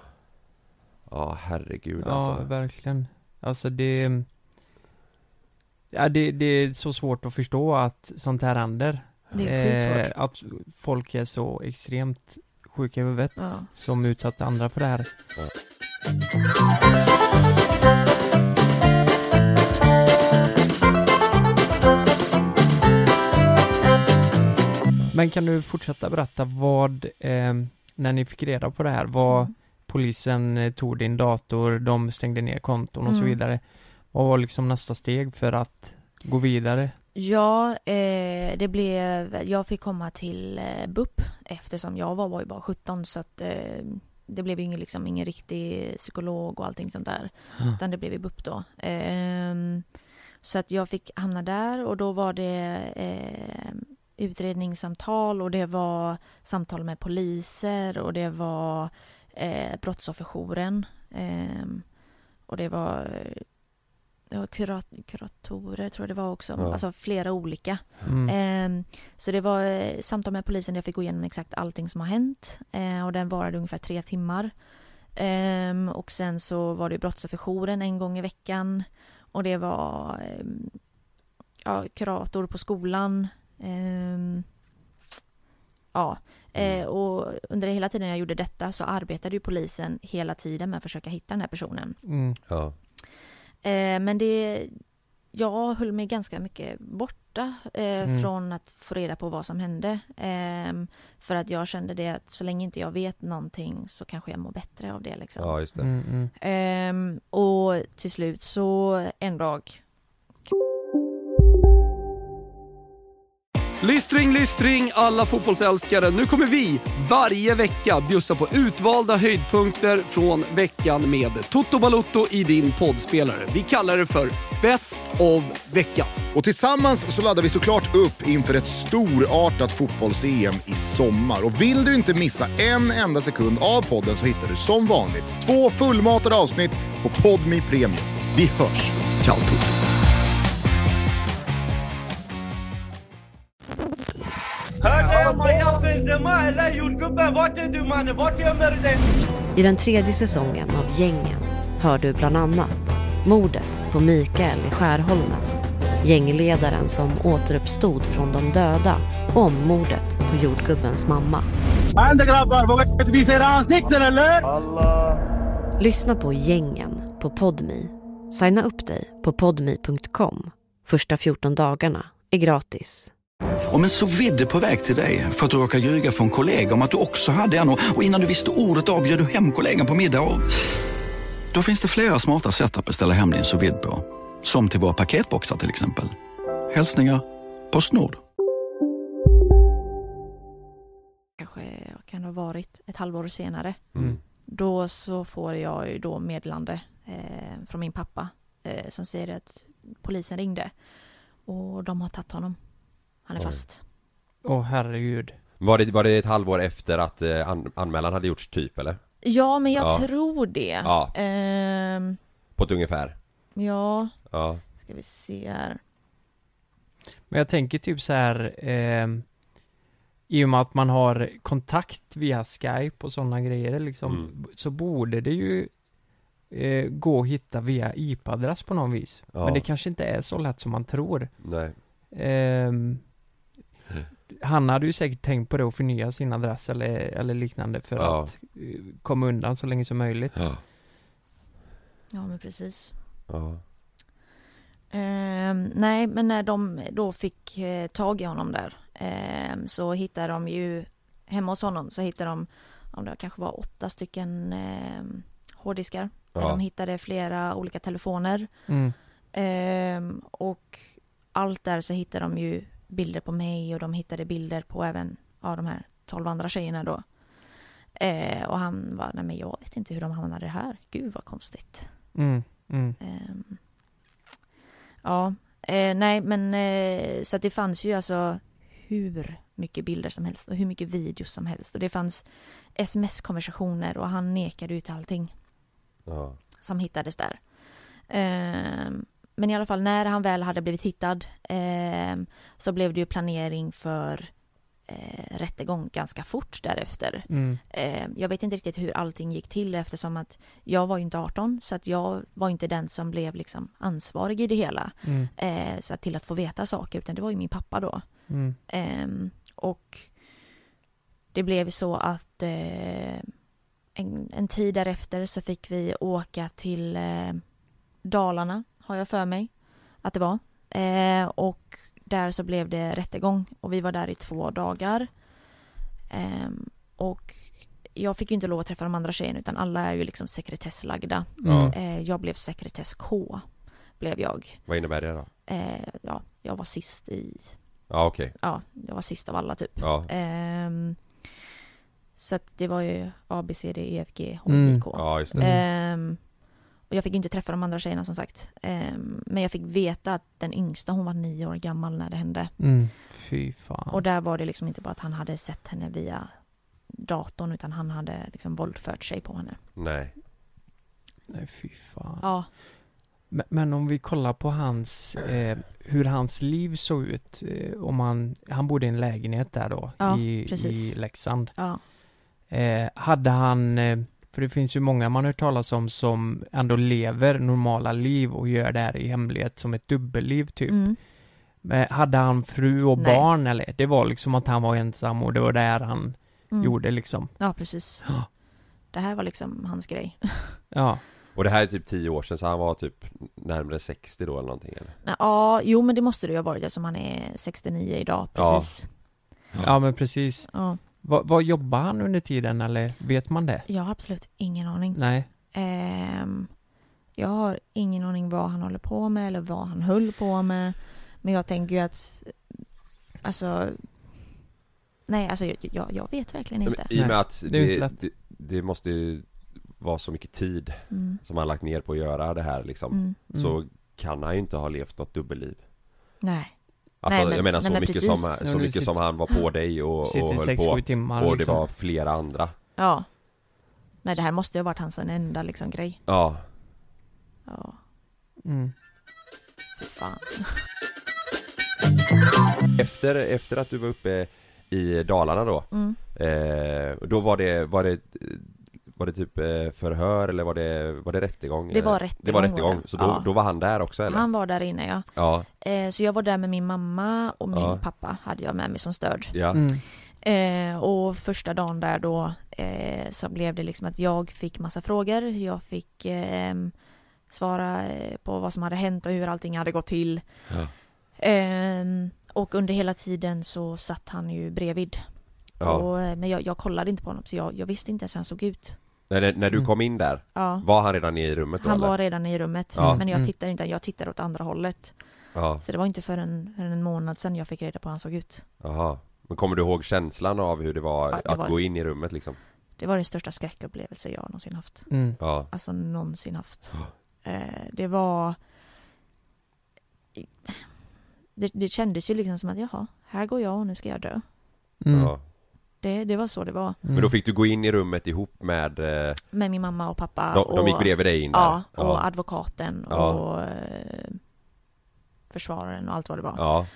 Ja, herregud Ja, alltså. verkligen. Alltså det... Ja, det, det är så svårt att förstå att sånt här händer. Det är skitsvårt. Eh, att folk är så extremt sjuka i huvudet Ja. som utsatt andra för det här. Ja. Men kan du fortsätta berätta vad, eh, när ni fick reda på det här, vad Mm. polisen eh, tog din dator, de stängde ner konton och Mm. så vidare. Vad var liksom nästa steg för att gå vidare? Ja, eh, det blev, jag fick komma till eh, B U P eftersom jag var, var ju bara sjutton så att eh, det blev ju ingen, liksom, ingen riktig psykolog och allting sånt där. Mm. Utan det blev i B U P då. Eh, så att jag fick hamna där och då var det eh, utredningssamtal och det var samtal med poliser och det var eh, brottsofferjouren. Eh, och det var... Det var kurat, kuratorer tror jag det var också. Ja. Alltså flera olika. Mm. Eh, så det var eh, samtal med polisen där jag fick gå igenom exakt allting som har hänt. Eh, och den varade ungefär tre timmar. Eh, och sen så var det brottsofferjouren en gång i veckan. Och det var eh, ja, kurator på skolan. Eh, ja. Eh, och under hela tiden jag gjorde detta så arbetade ju polisen hela tiden med att försöka hitta den här personen. Mm. Ja. Eh, men det, jag höll mig ganska mycket borta eh, Mm. från att få reda på vad som hände. Eh, för att jag kände det att så länge inte jag vet någonting så kanske jag mår bättre av det. Liksom. Ja, just det. Mm, mm. Eh, och till slut så en dag. Lystring, lystring alla fotbollsälskare. Nu kommer vi varje vecka bjussa på utvalda höjdpunkter från veckan med Toto Balotto i din poddspelare. Vi kallar det för Best of veckan. Och tillsammans så laddar vi såklart upp inför ett storartat fotbolls-E M i sommar. Och vill du inte missa en enda sekund av podden så hittar du som vanligt två fullmatade avsnitt på Podme Premium. Vi hörs. Ciao Toto. I den tredje säsongen av Gängen hör du bland annat mordet på Mikael i Skärholmen, gängledaren som återuppstod från de döda och mordet på jordgubbens mamma. Lyssna på Gängen på Podme. Signa upp dig på podme punkt com. Första fjorton dagarna är gratis. Om en så vidde på väg till dig för att du råkar ljuga från kollega om att du också hade en och innan du visste ordet av bjöd du hem kollegan på middag och... Då finns det flera smarta sätt att beställa hem din så vid på. Som till våra paketboxar till exempel. Hälsningar PostNord. Kanske kan ha varit ett halvår senare. Mm. Då så får jag ju då meddelande eh, från min pappa eh, som säger att polisen ringde och de har tagit honom. Han är Oj. fast. Åh, herregud. Var det, var det ett halvår efter att eh, an, anmälan hade gjorts typ, eller? Ja, men jag Ja. tror det. Ja. Ehm, På ett ungefär? ja, Ja. ska vi se här. Men jag tänker typ så här eh, i och med att man har kontakt via Skype och sådana grejer liksom, Mm. så borde det ju eh, gå att hitta via I P-adress på någon vis. Ja. Men det kanske inte är så lätt som man tror. Nej. Ehm, han hade ju säkert tänkt på det att förnya sin adress eller, eller liknande för Ja. att eh, komma undan så länge som möjligt. Ja. Ja, men precis. Ja. Ehm, nej, men när de då fick eh, tag i honom där ehm, så hittade de ju hemma hos honom så hittade de, om det kanske var åtta stycken eh, hårddiskar. Där Ja. de hittade flera olika telefoner. Mm. Ehm, och allt där så hittade de ju bilder på mig och de hittade bilder på även av de här tolv andra tjejerna då. Eh, och han var, nej men jag vet inte hur de hamnade här. Gud vad konstigt. Mm. Mm. Ehm, ja, eh, nej men eh, så att det fanns ju alltså hur mycket bilder som helst och hur mycket videos som helst och det fanns sms-konversationer och han nekade ut allting Ja. som hittades där. Ehm, men i alla fall när han väl hade blivit hittad ehm, så blev det ju planering för eh, rättegång ganska fort därefter. Mm. Ehm, jag vet inte riktigt hur allting gick till eftersom att jag var ju inte arton så att jag var inte den som blev liksom ansvarig i det hela. Mm. Eh, så att till att få veta saker utan det var ju min pappa då. Mm. Ehm, och det blev så att eh, en, en tid därefter så fick vi åka till eh, Dalarna, har jag för mig att det var. Eh, och där så blev det rättegång och vi var där i två dagar. Eh, och jag fick ju inte lov att träffa de andra tjejerna utan alla är ju liksom sekretesslagda. Mm. Eh, jag blev sekretess K. Blev jag. Vad innebär det då? Eh, ja, jag var sist i... Ja, okej. Okay. Ja, jag var sist av alla typ. Ja. Eh, så att det var ju A, B, C, D, E, F, G, H, I, K. Mm. Ja, just det. Eh, och jag fick inte träffa de andra tjejerna som sagt. Eh, men jag fick veta att den yngsta, hon var nio år gammal när det hände. Mm. Fy fan. Och där var det liksom inte bara att han hade sett henne via datorn utan han hade liksom våldfört sig på henne. Nej. Nej, fy fan. Ja. Men, men om vi kollar på hans, eh, hur hans liv såg ut. Eh, om han, han bodde i en lägenhet där då. Ja, i, precis. i Leksand. Ja. Eh, hade han, eh, för det finns ju många man har hört talas om som ändå lever normala liv och gör det här i hemlighet som ett dubbelliv typ. Mm. Men hade han fru och Nej. barn eller? Det var liksom att han var ensam och det var där han Mm. gjorde liksom. Ja, precis. Ja. Det här var liksom hans grej. Ja. Och det här är typ tio år sedan så han var typ närmare sextio då eller någonting eller? Ja, jo men det måste det ju ha varit eftersom han är sextionio idag, precis. Ja, ja men precis. Ja. Va, vad jobbar han under tiden eller vet man det? Jag har absolut ingen aning. Nej. Ehm, jag har ingen aning vad han håller på med eller vad han höll på med. Men jag tänker ju att alltså nej, alltså jag, jag, jag vet verkligen inte. I och med att det, är det, inte lätt. det, det måste ju vara så mycket tid Mm. som han lagt ner på att göra det här liksom. Mm. Så kan han ju inte ha levt något dubbelliv. Nej. Alltså Nej, men- jag menar så nej, men mycket precis. som, Ja, så du mycket sitter- som han var på dig och, och sitter höll sex, på sju timmar, och det liksom. var flera andra. Ja. Nej, det här måste ju ha varit hans enda liksom grej. Ja. Ja. Mm. Fan. Efter, efter att du var uppe i Dalarna då Mm. eh, då var det var det var det typ eh, förhör eller var det var det rättegång? Det var eller? rättegång Det var var rättegång. det. Så då, Ja. då var han där också eller? Han var där inne, ja. Ja. Eh, så jag var där med min mamma och min Ja. pappa hade jag med mig som stöd. Ja. Mm. Eh, och första dagen där då eh, så blev det liksom att jag fick massa frågor. Jag fick eh, svara eh, på vad som hade hänt och hur allting hade gått till. Ja. Eh, och under hela tiden så satt han ju bredvid. Ja. Och, eh, men jag, jag kollade inte på honom så jag, jag visste inte ens hur han såg ut. När, när du kom in där, Ja. var han redan i rummet då Han eller? var redan i rummet. Ja. Men jag Mm. tittade inte, jag tittade åt andra hållet. Ja. Så det var inte för en, för en månad sedan jag fick reda på hur han såg ut. Jaha. Men kommer du ihåg känslan av hur det var Ja, det att var- gå in i rummet liksom? Det var den största skräckupplevelse jag någonsin haft. Mm. Ja. Alltså någonsin haft. Eh, det var... Det, det kändes ju liksom som att jaha, här går jag och nu ska jag dö. Mm. Ja. Det, det var så det var. Men då fick du gå in i rummet ihop med eh, Med min mamma och pappa. de, och, de gick bredvid dig in där? Ja, och advokaten Ja. och eh, försvararen och allt vad det var. Ja.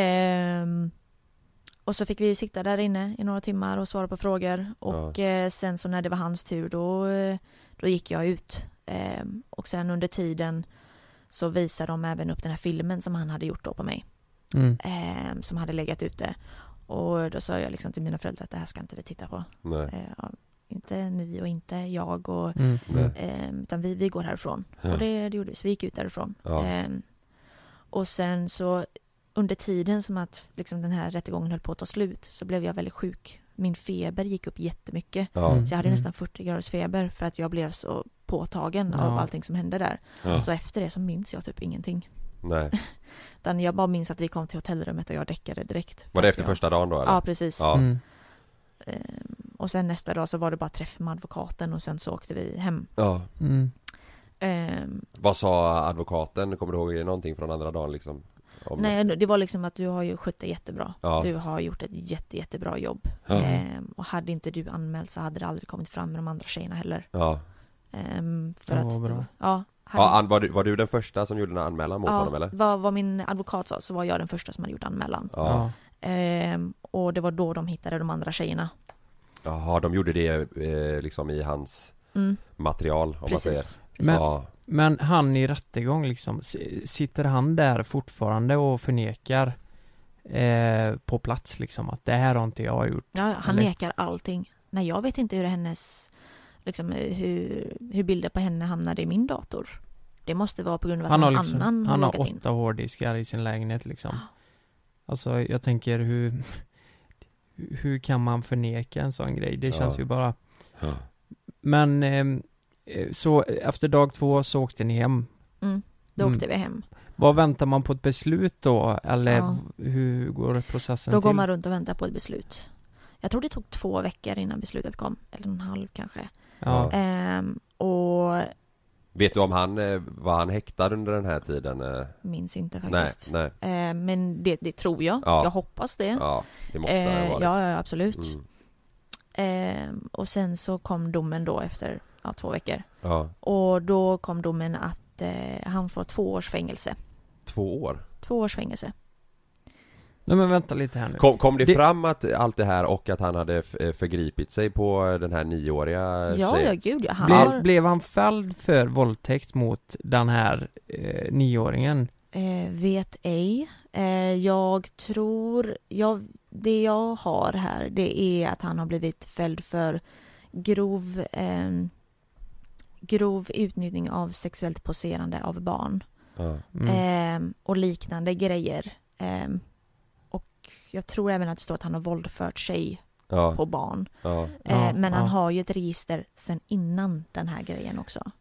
Ehm, och så fick vi sitta där inne i några timmar och svara på frågor. Och eh, sen så när det var hans tur då, eh, då gick jag ut. Ehm, och sen under tiden så visade de även upp den här filmen som han hade gjort då på mig. Mm. Ehm, som hade legat ute. Och då sa jag liksom till mina föräldrar att det här ska inte vi titta på. Nej. Ehm, ja, inte ni och inte jag och, Mm. Nej. ehm, utan vi, vi går härifrån. Ja. Och det, det gjorde vi, så vi gick ut därifrån. Ja. Ehm, och sen så under tiden som att liksom den här rättegången höll på att ta slut så blev jag väldigt sjuk. Min feber gick upp jättemycket. Ja. Mm. Så jag hade Mm. nästan fyrtio graders feber för att jag blev så påtagen Ja. av allting som hände där. Ja. Så efter det så minns jag typ ingenting. Nej. Utan jag bara minns att vi kom till hotellrummet och jag däckade direkt. Var det efter första dagen då eller? Ja, precis. Ja. Mm. Ehm, och sen nästa dag så var det bara träff med advokaten och sen så åkte vi hem. Ja. Mm. Ehm, Vad sa advokaten? Kommer du ihåg någonting från andra dagen liksom? Om... nej, det var liksom att du har ju skött det jättebra. Ja. Du har gjort ett jätte, jättebra jobb. Ja. Ehm, och hade inte du anmält så hade det aldrig kommit fram med de andra tjejerna heller. Ja. Ehm, för Ja, att vad bra. det- ja, hade, Ja, an- var, du, var du den första som gjorde en anmälan mot ja, honom eller? Vad, vad min advokat sa så var jag den första som hade gjort anmälan. Ja. Ja. Ehm, och det var då de hittade de andra tjejerna. Jaha, de gjorde det eh, liksom i hans Mm. material om man säger. Precis. Men, Ja. men han i rättegång liksom, s- sitter han där fortfarande och förnekar eh, på plats liksom att det här har inte jag gjort? Ja, han Eller? nekar allting. Nej, jag vet inte hur hennes liksom, hur, hur bilder på henne hamnade i min dator. Det måste vara på grund av att Han har, någon liksom, annan har han har loggat in. åtta hårddiskar i sin lägenhet liksom. Alltså jag tänker hur hur kan man förneka en sån grej? Det känns Ja. ju bara Ja. Men ehm, eh, så efter dag två så åkte ni hem. Mm, då Mm. åkte vi hem. Vad väntar man på ett beslut då? Eller Ja. v- hur går processen Då till? går man runt och väntar på ett beslut. Jag tror det tog två veckor innan beslutet kom. Eller en halv kanske. Ja. Ehm, och Vet du om han eh, var han häktad under den här tiden? Eh? minns inte faktiskt. Nej, nej. Ehm, men det, det tror jag. Ja. Jag hoppas det. Ja, det måste det ha Ehm, varit. Ja, ja, absolut. Mm. Ehm, och sen så kom domen då efter ja, två veckor. Ja. Och då kom domen att eh, han får två års fängelse. Två år? Två års fängelse. Nej men vänta lite här nu. Kom, kom det, Det- fram att allt det här och att han hade f- förgripit sig på den här nioåriga Ja, tjejen? ja, gud ja. Han Ble, har, Blev han fälld för våldtäkt mot den här eh, nioåringen? eh, vet ej. Eh, jag tror, jag, det jag har här, det är att han har blivit fälld för grov, eh, grov utnyttjning av sexuellt poserande av barn. Ja. Mm. Eh, och liknande grejer. Eh, och jag tror även att det står att han har våldfört sig Ja. på barn. Ja. Eh, Ja, men han ja. har ju ett register sen innan den här grejen också.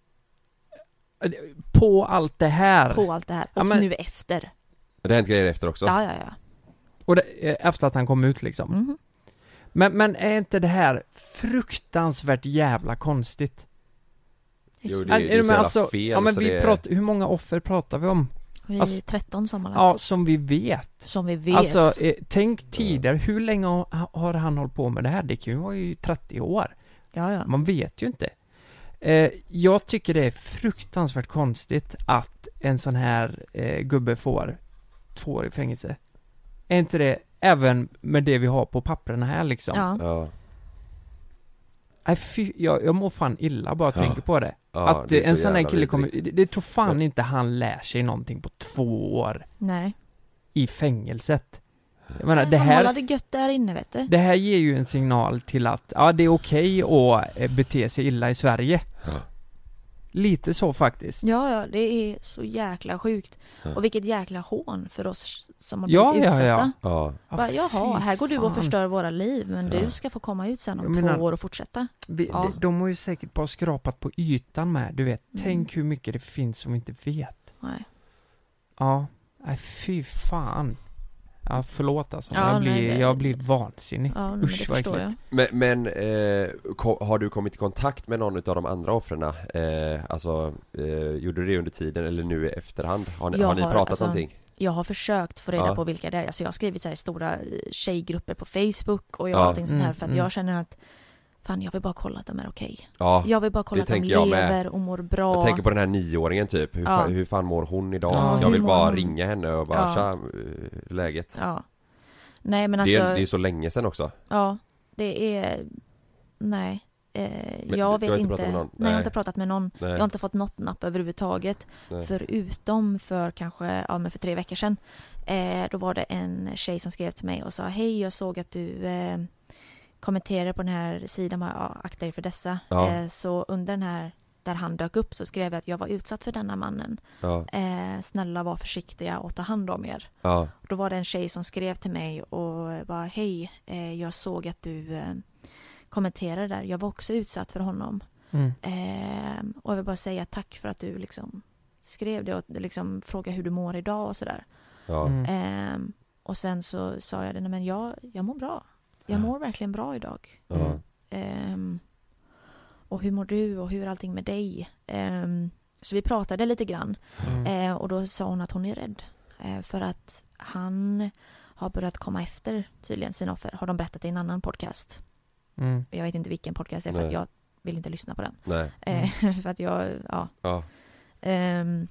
På allt det här? På allt det här. Och Ja, men- nu efter. Det har hänt grejer efter också? Ja, ja, ja. Och det, eh, efter att han kom ut liksom? Mhm. Men, men är inte det här fruktansvärt jävla konstigt? Jo, det, Är- det är är du så med? jävla Alltså, fel. ja, men så vi det... pratar, hur många offer pratar vi om? Vi är Alltså- tretton sammanlagt. Ja, som vi vet. Som vi vet. Alltså, eh, tänk tidigare, hur länge har, har han hållit på med det här? Det kan ju vara i trettio år. Ja, ja. Man vet ju inte. Eh, jag tycker det är fruktansvärt konstigt att en sån här eh, gubbe får två år i fängelse. Är inte det även med det vi har på papperna här liksom? Ja. Ja. Nej, fy, jag, jag mår fan illa bara Ja. tänker på det. Ja, att det är eh, så en sån här jävla kille kommer, vidrigt. det, det tror fan Men- inte han lär sig någonting på två år Nej. i fängelset. Jag menar, Nej, det han här... håller det gött där inne, vet du. Det här ger ju en signal till att ja, det är okej att eh, bete sig illa i Sverige. Ja. Lite så faktiskt. Ja, ja, det är så jäkla sjukt. Ja. Och vilket jäkla hån för oss som har Ja, blivit ja, utsatta. ja. Ja. Bara, jaha, fy här går du och fan. förstör våra liv, men Ja. du ska få komma ut sen om Jag två menar- år och fortsätta. Vi, Ja. de, de har ju säkert bara skrapat på ytan med, du vet. Mm. Tänk hur mycket det finns som vi inte vet. Nej. Ja, nej fy fan. Ja, förlåt alltså. Ja, jag, blir, nej, det- jag blir vansinnig. Ja, men det Usch vad förstår jag. äckligt. Men, men eh, ko- har du kommit i kontakt med någon av de andra offren? Eh, alltså, eh, gjorde du det under tiden eller nu i efterhand? Har ni, Jag har ni har, pratat alltså, någonting? Jag har försökt få reda Ja. på vilka det är. Alltså jag har skrivit så här stora eh, tjejgrupper på Facebook och jag Ja. har allting sånt här Mm, för att mm. jag känner att fan, jag vill bara kolla att de är okej. Ja, Jag vill bara kolla det att de tänker jag med. lever och mår bra. jag tänker på den här nioåringen typ. Hur, Ja. fa- hur fan mår hon idag? Ja, jag hur vill mår bara hon? ringa henne och bara Ja. tja, eh, läget. Ja. Nej men det, alltså, är, det är så länge sedan också. ja, det är, nej. Eh, Men jag du- du vet har inte inte, pratat med någon? nej jag har Nej. inte pratat med någon. Nej. Jag har inte fått något napp överhuvudtaget. Nej. Förutom för kanske, ja men för tre veckor sedan. Eh, då var det en tjej som skrev till mig och sa hej, jag såg att du eh, kommenterade på den här sidan, ja, akta dig för dessa. Ja. Eh, så under den här, där han dök upp så skrev jag att jag var utsatt för denna mannen. Ja, Eh, snälla var försiktiga och ta hand om er. ja, Då var det en tjej som skrev till mig och bara hej, eh, jag såg att du eh, kommenterade där. Jag var också utsatt för honom. Mm. Eh, och jag vill bara säga tack för att du liksom skrev det och liksom frågade hur du mår idag och sådär. ja. Mm. Eh, och sen så sa jag det, nej men jag, jag mår bra. Jag mår verkligen bra idag. ja. Ehm, och hur mår du och hur är allting med dig? Ehm, så vi pratade lite grann. Mm. Eh, och då sa hon att hon är rädd. Eh, för att han har börjat komma efter tydligen sina offer. Har de berättat i en annan podcast. Mm. Jag vet inte vilken podcast det är för Nej. att jag vill inte lyssna på den. Nej. Eh, för att jag, ja. Ja. Ehm,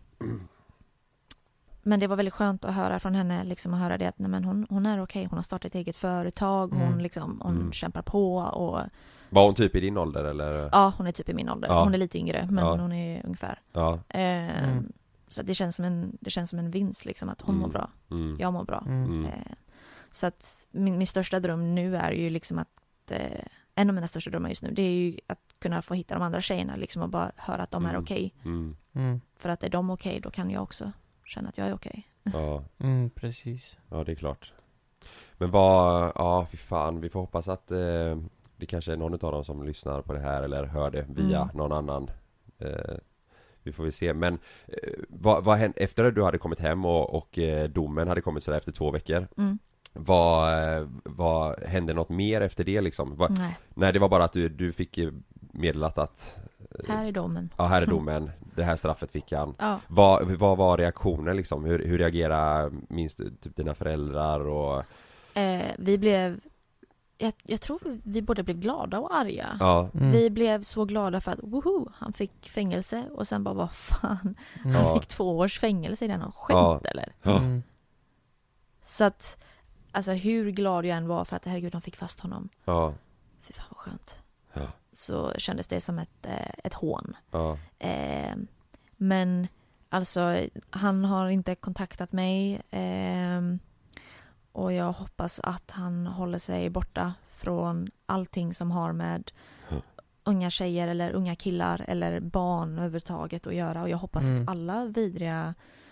men det var väldigt skönt att höra från henne, liksom att höra det att nej, men hon, hon är okej. Hon har startat ett eget företag. Hon, Mm. liksom, hon Mm. kämpar på och Var hon typ i din ålder eller? ja, hon är typ i min ålder. Ja. Hon är lite yngre, men Ja. hon är ungefär. Ja. Ehm, Mm. Så att det känns som en, det känns som en vinst liksom att hon Mm. mår bra. Mm. Jag mår bra. Mm. Mm. Eh, så att min, min största dröm nu är ju liksom att eh, en av mina största drömmar just nu, det är ju att kunna få hitta de andra tjejerna liksom och bara höra att de är Mm. okej. Mm. Mm. För att är de okej, då kan jag också känna att jag är okej. Ja. Mm, precis. Ja, det är klart. Men vad, ja fy fan, vi får hoppas att eh, det kanske är någon av dem som lyssnar på det här eller hör det via Mm. någon annan. Eh, vi får väl se. Men eh, vad, vad hände efter att du hade kommit hem och, och eh, domen hade kommit sådär efter två veckor? Mm. Vad, eh, vad hände något mer efter det liksom? Vad, Nej. nej, det var bara att du, du fick meddelat att Här är domen. ja, här är domen. Det här straffet fick han. Ja. Vad, vad var reaktionen liksom? Hur, hur reagerade minst typ dina föräldrar och... Eh, vi blev jag, jag tror vi både blev glada och arga. Ja. Mm. Vi blev så glada för att woho, han fick fängelse och sen bara vad fan. Mm. Han Ja. fick två års fängelse i den här skämt Ja. eller? Ja. Mm. Så att alltså hur glad jag än var för att herregud de fick fast honom. Ja. Fy fan vad skönt. Ja. Så kändes det som ett, eh, ett hån. Ja. Eh, men alltså han har inte kontaktat mig eh, och jag hoppas att han håller sig borta från allting som har med Ja. unga tjejer eller unga killar eller barn överhuvudtaget att göra. Och jag hoppas Mm. att alla vidriga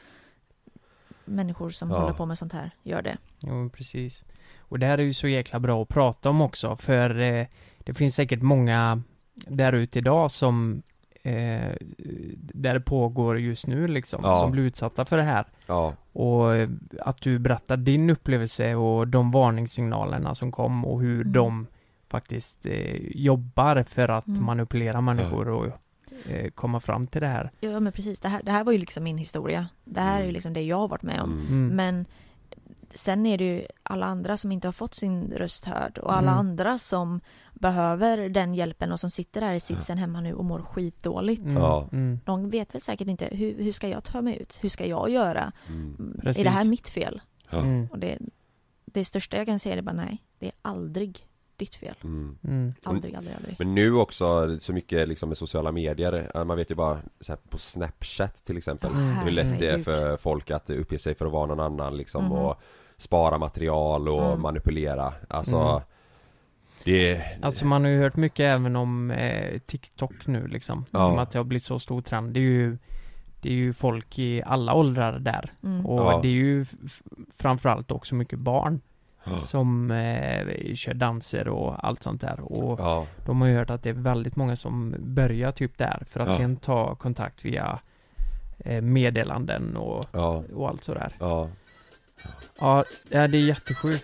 människor som Ja. håller på med sånt här gör det. Jo, precis. Och det här är ju så jäkla bra att prata om också, för eh, det finns säkert många där ute idag som eh, där det pågår just nu liksom, Ja. som blir utsatta för det här. Ja. Och eh, att du berättar din upplevelse och de varningssignalerna som kom och hur Mm. de faktiskt eh, jobbar för att Mm. manipulera människor och eh, komma fram till det här. Ja men precis, det här, det här var ju liksom min historia. Det här är ju Mm. liksom det jag har varit med om. Mm. Mm. Men sen är det ju alla andra som inte har fått sin röst hörd och alla Mm. andra som behöver den hjälpen och som sitter där i sitsen hemma nu och mår skitdåligt. Mm. Ja. Mm. De vet väl säkert inte, hur, hur ska jag ta mig ut? Hur ska jag göra? Mm. Precis. Är det här mitt fel? Ja. Mm. Och det, det största jag kan säga är bara nej, det är aldrig ditt fel. Mm. Mm. Aldrig, aldrig, aldrig. Men nu också så mycket liksom med sociala medier. Ja, man vet ju bara så här, på Snapchat till exempel Mm. hur lätt det är Herregud. för folk att uppge sig för att vara någon annan liksom Mhm. och spara material och Mm. manipulera. Alltså Mm. det Alltså man har ju hört mycket även om eh, TikTok nu liksom. Ja. Om att det har blivit så stor trend. Det är ju Det är ju folk i alla åldrar där. Mm. Och Ja. det är ju f- framförallt också mycket barn Ja. som eh, kör danser och allt sånt där. Och Ja. de har ju hört att det är väldigt många som börjar typ där för att Ja. sen ta kontakt via eh, meddelanden och, Ja. och allt sådär. Ja. Ja, det är jättesjukt.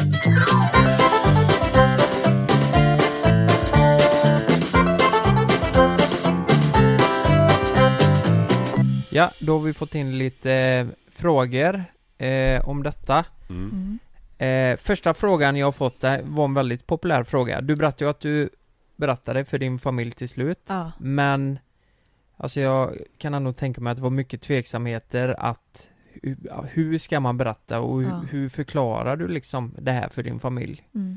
Ja, då har vi fått in lite eh, frågor eh, om detta. Mm. Mm. Eh, första frågan jag har fått där var en väldigt populär fråga. Du berättade ju att du berättade för din familj till slut. Ja. Men alltså jag kan ändå tänka mig att det var mycket tveksamheter att hur, ja, hur ska man berätta och hur, Ja. hur förklarar du liksom det här för din familj? Mm.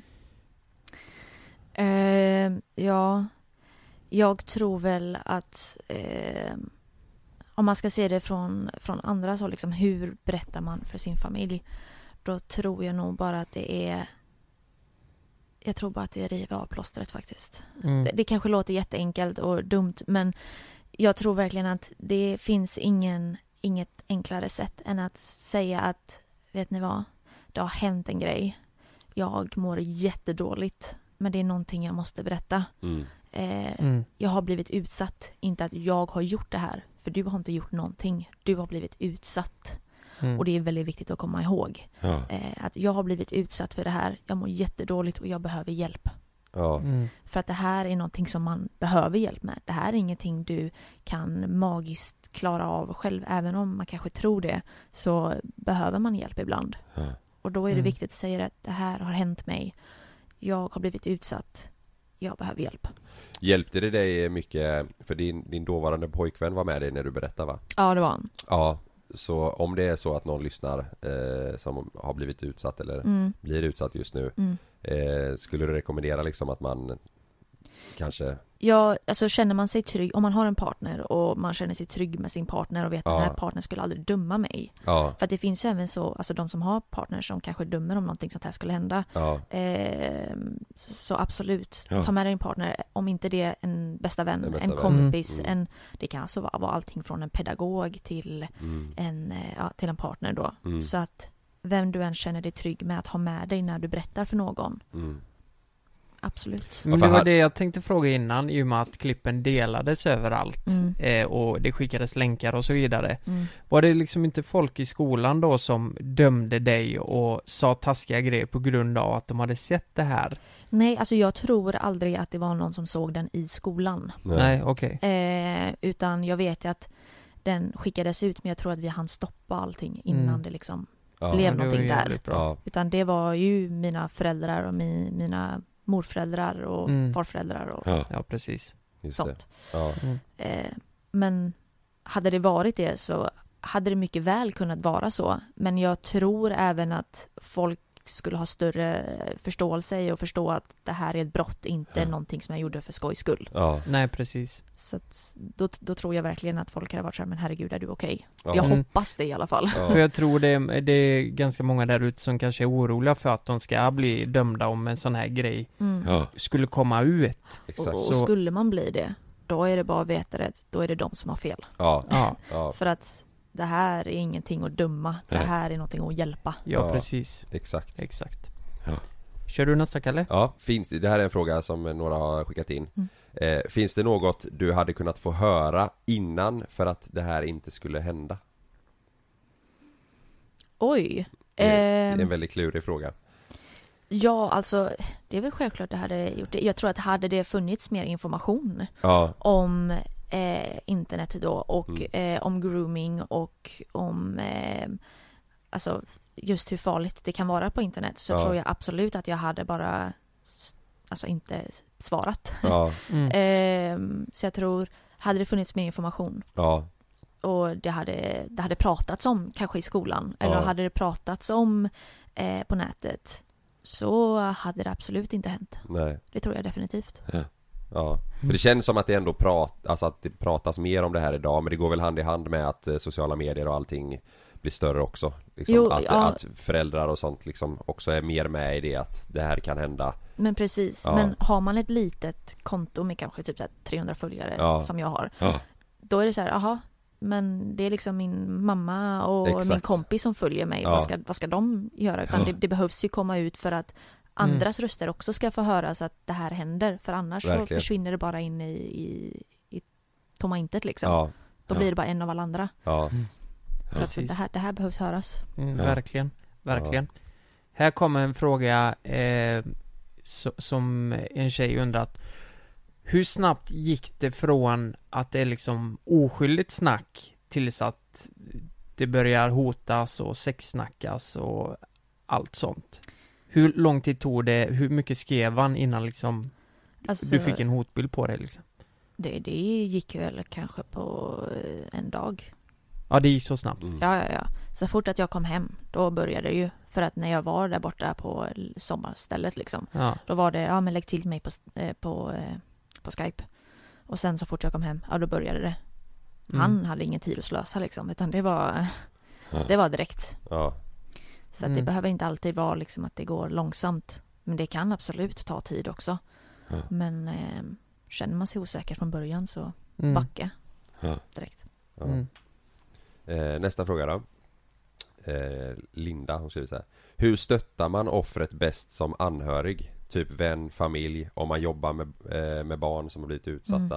Eh, ja, jag tror väl att eh, om man ska se det från, från andra så liksom, hur berättar man för sin familj? Då tror jag nog bara att det är jag tror bara att det är riva av plåstret faktiskt. Mm. Det, det kanske låter jätteenkelt och dumt, men jag tror verkligen att det finns ingen, inget enklare sätt än att säga att, vet ni vad, det har hänt en grej. Jag mår jättedåligt, men det är någonting jag måste berätta. Mm. Eh, Mm. Jag har blivit utsatt, inte att jag har gjort det här, för du har inte gjort någonting. Du har blivit utsatt. Mm. Och det är väldigt viktigt att komma ihåg. Ja. Eh, att jag har blivit utsatt för det här. Jag mår jättedåligt och jag behöver hjälp. Ja. Mm. För att det här är någonting som man behöver hjälp med. Det här är ingenting du kan magiskt klara av själv. Även om man kanske tror det, så behöver man hjälp ibland. Ja. Och då är det Mm. viktigt att säga att det här har hänt mig. Jag har blivit utsatt. Jag behöver hjälp. Hjälpte det dig mycket, för din, din dåvarande pojkvän var med dig när du berättade va? Ja, det var han. Ja, så om det är så att någon lyssnar eh, som har blivit utsatt eller Mm. blir utsatt just nu, Mm. eh, skulle du rekommendera liksom att man kanske... Ja, alltså känner man sig trygg, om man har en partner och man känner sig trygg med sin partner och vet att Ja. den här partnern skulle aldrig döma mig. Ja, För att det finns ju även så, alltså de som har partners som kanske dömer om någonting sånt här skulle hända. ja, Eh, så absolut, Ja. ta med dig en partner, om inte det är en bästa vän, En en, bästa vän. kompis, Mm. en, det kan alltså vara, vara allting från en pedagog till mm, en, eh, ja, till en partner då. Mm. Så att vem du än känner dig trygg med att ha med dig när du berättar för någon, mm, absolut. Men det var det jag tänkte fråga innan, i och med att klippen delades överallt Mm. eh, och det skickades länkar och så vidare. Mm. Var det liksom inte folk i skolan då som dömde dig och sa taskiga grejer på grund av att de hade sett det här? Nej, alltså jag tror aldrig att det var någon som såg den i skolan. Nej, Nej okej. Okay. Eh, utan jag vet ju att den skickades ut, men jag tror att vi hann stoppa allting innan Mm. det liksom Ja, blev det var någonting där. jävligt bra. Ja. Utan det var ju mina föräldrar och mi, mina morföräldrar och Mm. farföräldrar och Ja. Ja, precis. Just sånt. det. Ja. Mm. Eh, men hade det varit det så hade det mycket väl kunnat vara så. Men jag tror även att folk skulle ha större förståelse och förstå att det här är ett brott, inte Ja. någonting som jag gjorde för skojs skull. Ja. Nej, precis. Så att då, då tror jag verkligen att folk hade varit så här, men herregud, är du okej? Ja. Jag Mm. hoppas det i alla fall. Ja. För jag tror det är, det är ganska många där ute som kanske är oroliga för att de ska bli dömda om en sån här grej Mm. Ja. skulle komma ut. Exakt. Och, och Så- skulle man bli det, då är det bara att veta det, då är det de som har fel. Ja. Ja, Ja. För att det här är ingenting att döma, det Nej. här är någonting att hjälpa. ja, Ja. precis. Exakt. Exakt. Ja. Kör du nästa, Kalle? Ja, finns det, det här är en fråga som några har skickat in. Mm. Eh, finns det något du hade kunnat få höra innan för att det här inte skulle hända? Oj. Det är, det är Ehm, en väldigt klurig fråga. Ja, alltså det är väl självklart det hade gjort det. Jag tror att hade det funnits mer information Ja, om eh, internet då och Mm. eh, om grooming och om eh, alltså just hur farligt det kan vara på internet, så Ja. tror jag absolut att jag hade bara s- alltså inte svarat. ja, Mm. Ehm, så jag tror, hade det funnits mer information ja, och det hade, det hade pratats om kanske i skolan, eller Ja. hade det pratats om eh, på nätet, så hade det absolut inte hänt. nej, Det tror jag definitivt. ja. För det känns som att det ändå prat, alltså att det pratas mer om det här idag, men det går väl hand i hand med att eh, sociala medier och allting blir större också. Liksom, Jo, att, ja. att föräldrar och sånt liksom också är mer med i det, att det här kan hända. Men precis, Ja. men har man ett litet konto med kanske typ så här trehundra följare Ja. som jag har, Ja, då är det så här, aha, men det är liksom min mamma och Exakt. min kompis som följer mig. Ja. Vad, ska, vad ska de göra? Utan Ja. det, det behövs ju komma ut för att andras röster också ska få höra, så att det här händer. För annars så Verkligen. försvinner det bara in i, i, i tomma intet liksom. ja, Då ja. blir det bara en av alla andra. ja, Så att Precis. det här, det här behövs höras. Mm, Ja. Verkligen, verkligen. Här kommer en fråga eh, so, som en tjej undrat. Hur snabbt gick det från att det är liksom oskyldigt snack tills att det börjar hotas och sexsnackas och allt sånt? Hur lång tid tog det? Hur mycket skrev han innan liksom Alltså, du fick en hotbild på dig liksom? det, det gick väl kanske på eh, en dag. Ja, det gick så snabbt. Mm. Ja, ja, ja. Så fort att jag kom hem, då började det ju. För att när jag var där borta på sommarstället liksom, Ja. då var det, ja men lägg till mig på, eh, på, eh, på Skype. Och sen så fort jag kom hem, ja då började det. Mm. Han hade ingen tid att slösa liksom, utan det var, Ja. det var direkt. ja, Så att det Mm. behöver inte alltid vara liksom att det går långsamt. Men det kan absolut ta tid också. Ja. Men eh, känner man sig osäker från början så Mm. backa ja. direkt. Ja. Mm. Eh, nästa fråga då. Eh, Linda, hon skriver så här. Hur stöttar man offret bäst som anhörig? Typ vän, familj, om man jobbar med, eh, med barn som har blivit utsatta.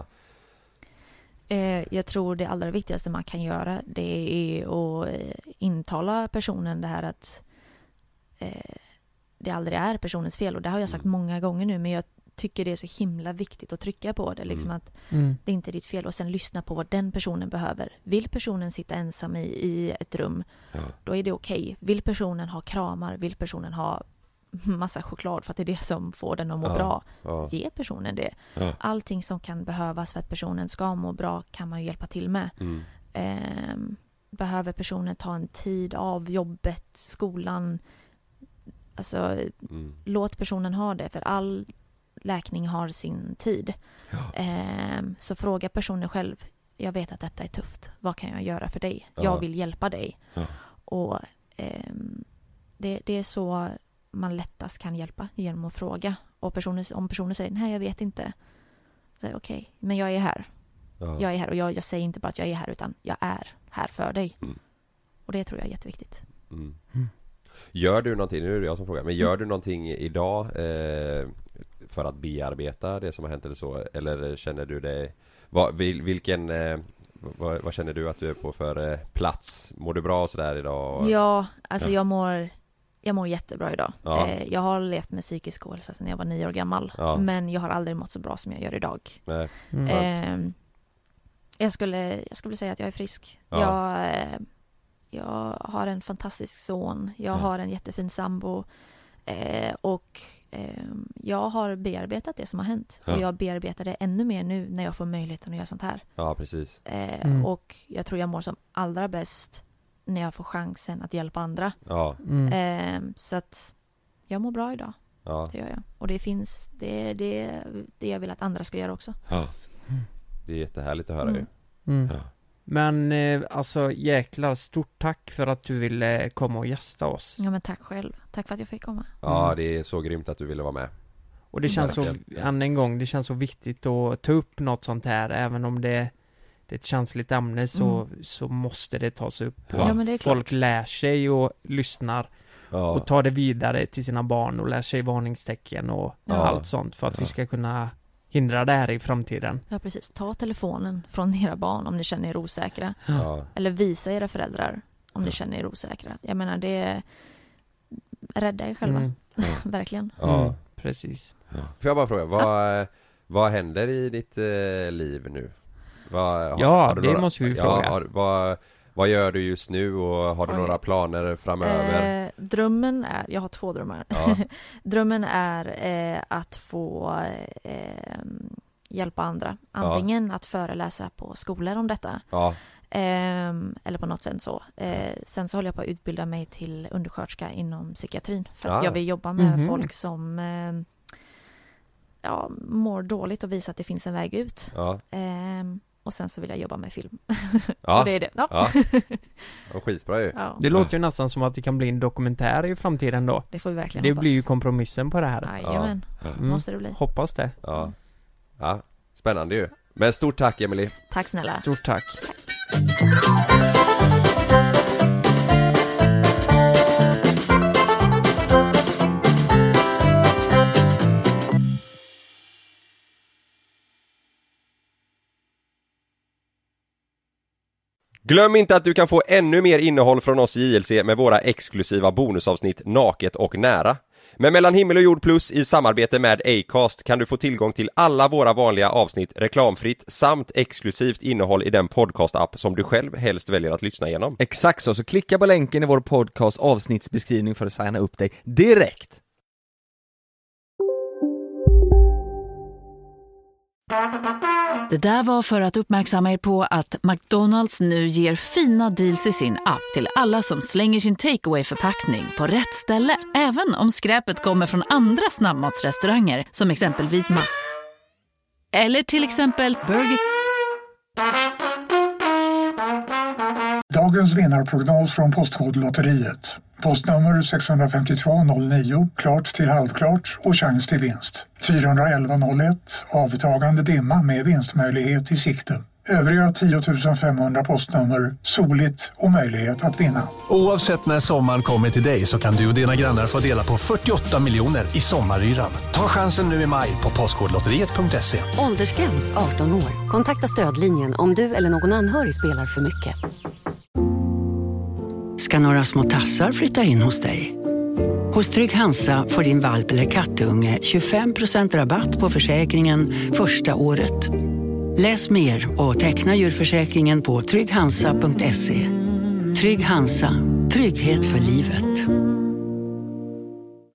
Eh, jag tror det allra viktigaste man kan göra, det är att eh, intala personen det här att eh, det aldrig är personens fel. Och det har jag sagt Mm. många gånger nu, men jag tycker det är så himla viktigt att trycka på det. Liksom Mm. att Mm. det är inte ditt fel, och sen lyssna på vad den personen behöver. Vill personen sitta ensam i, i ett rum, Ja. då är det okej. Vill personen ha kramar, vill personen ha massa choklad för att det är det som får den att må Ja. bra, Ja. ge personen det. Ja. Allting som kan behövas för att personen ska må bra kan man ju hjälpa till med. Mm. Ehm, behöver personen ta en tid av jobbet, skolan, alltså Mm. låt personen ha det, för all läkning har sin tid. Ja. Ehm, så fråga personen själv, jag vet att detta är tufft, vad kan jag göra för dig? Ja. Jag vill hjälpa dig. Ja. Och ehm, det, det är så man lättast kan hjälpa, genom att fråga. Och personen, om personen säger, nej jag vet inte, så är det okej, men jag är här. Ja. Jag är här, och jag, jag säger inte bara att jag är här, utan jag är här för dig. Mm. Och det tror jag är jätteviktigt. Mm. Mm. Gör du någonting, nu är det jag som frågar, men gör du någonting idag eh, för att bearbeta det som har hänt eller så? Eller känner du dig... Vad, vil, vilken... Eh, vad, vad känner du att du är på för eh, plats? Mår du bra sådär idag? Ja, alltså ja. jag mår... Jag mår jättebra idag. Ja. Eh, jag har levt med psykisk ohälsa sedan jag var nio år gammal. Ja. Men jag har aldrig mått så bra som jag gör idag. Nej. Mm. Eh, jag, skulle, jag skulle säga att jag är frisk. Ja. Jag, eh, jag har en fantastisk son. Jag Ja. har en jättefin sambo. Eh, och eh, jag har bearbetat det som har hänt. Ja. Och jag bearbetar det ännu mer nu när jag får möjligheten att göra sånt här. Ja, precis. Eh, Mm. Och jag tror jag mår som allra bäst när jag får chansen att hjälpa andra. Ja. Mm. Eh, så att jag mår bra idag. Ja. Det gör jag. Och det finns, det är det, det jag vill att andra ska göra också. Ja. Det är jättehärligt att höra ju. Mm. Mm. Ja. Men eh, alltså jäklar, stort tack för att du ville komma och gästa oss. Ja, men tack själv. Tack för att jag fick komma. Ja, Mm. det är så grymt att du ville vara med. Och det känns så, Verkligen. än en gång, det känns så viktigt att ta upp något sånt här. Även om det, det är ett känsligt ämne så, Mm. så måste det tas upp. Ja. Och Ja, men det är att folk klart. lär sig och lyssnar Ja. och tar det vidare till sina barn och lär sig varningstecken och Ja. allt sånt för att Ja. vi ska kunna hindra det här i framtiden. Ja, precis. Ta telefonen från era barn om ni känner er osäkra. Ja. Eller visa era föräldrar om ni Ja. känner er osäkra. Jag menar, det är... Rädda er själva. Mm. Verkligen. Ja. Mm, precis. Ja. Får jag bara fråga, vad, vad händer i ditt eh, liv nu? Vad, har, Ja, har du det några, måste vi ju ja, fråga. Har, vad, vad gör du just nu och har du Oj. några planer framöver? Eh, drömmen är... Jag har två drömmar. Ja. Drömmen är eh, att få eh, hjälpa andra. Antingen att föreläsa på skolor om detta. Ja. Eh, eller på något sätt så. Eh, sen så håller jag på att utbilda mig till undersköterska inom psykiatrin. För att Ah. jag vill jobba med Mhm. folk som eh, ja, mår dåligt och visa att det finns en väg ut. Ja. Eh, och sen så vill jag jobba med film. Ja. Och det är det. Ja. Ja. Ja, skitbra ju. Ja, Det låter ju nästan som att det kan bli en dokumentär i framtiden då. det får vi verkligen Det hoppas. blir ju kompromissen på det här. Jajamän, Mm. måste det bli. Hoppas det. Ja. Ja. Spännande ju. Men stort tack, Emily. Tack snälla. Stort tack. Glöm inte att du kan få ännu mer innehåll från oss i J L C med våra exklusiva bonusavsnitt Naket och nära. Men Mellan himmel och jord plus i samarbete med Acast kan du få tillgång till alla våra vanliga avsnitt reklamfritt samt exklusivt innehåll i den podcast-app som du själv helst väljer att lyssna igenom. Exakt så, så klicka på länken i vår podcast avsnittsbeskrivning för att signa upp dig direkt. Det där var för att uppmärksamma er på att McDonalds nu ger fina deals i sin app till alla som slänger sin takeaway-förpackning på rätt ställe. Även om skräpet kommer från andra snabbmatsrestauranger som exempelvis Ma... Eller till exempel Burger... Dagens vinnarprognos från Postkodlotteriet. Postnummer sex fem två noll nio, klart till halvklart och chans till vinst. fyra elva noll ett, avtagande dimma med vinstmöjlighet i sikte. Övriga tio tusen femhundra postnummer, soligt och möjlighet att vinna. Oavsett när sommaren kommer till dig så kan du och dina grannar få dela på fyrtioåtta miljoner i sommaryran. Ta chansen nu i maj på postkodlotteriet punkt se. Åldersgräns arton år. Kontakta stödlinjen om du eller någon anhörig spelar för mycket. Ska några små tassar flytta in hos dig? Hos Trygg Hansa får din valp eller kattunge tjugofem procent rabatt på försäkringen första året. Läs mer och teckna djurförsäkringen på trygg hansa punkt se. Trygg Hansa, trygghet för livet.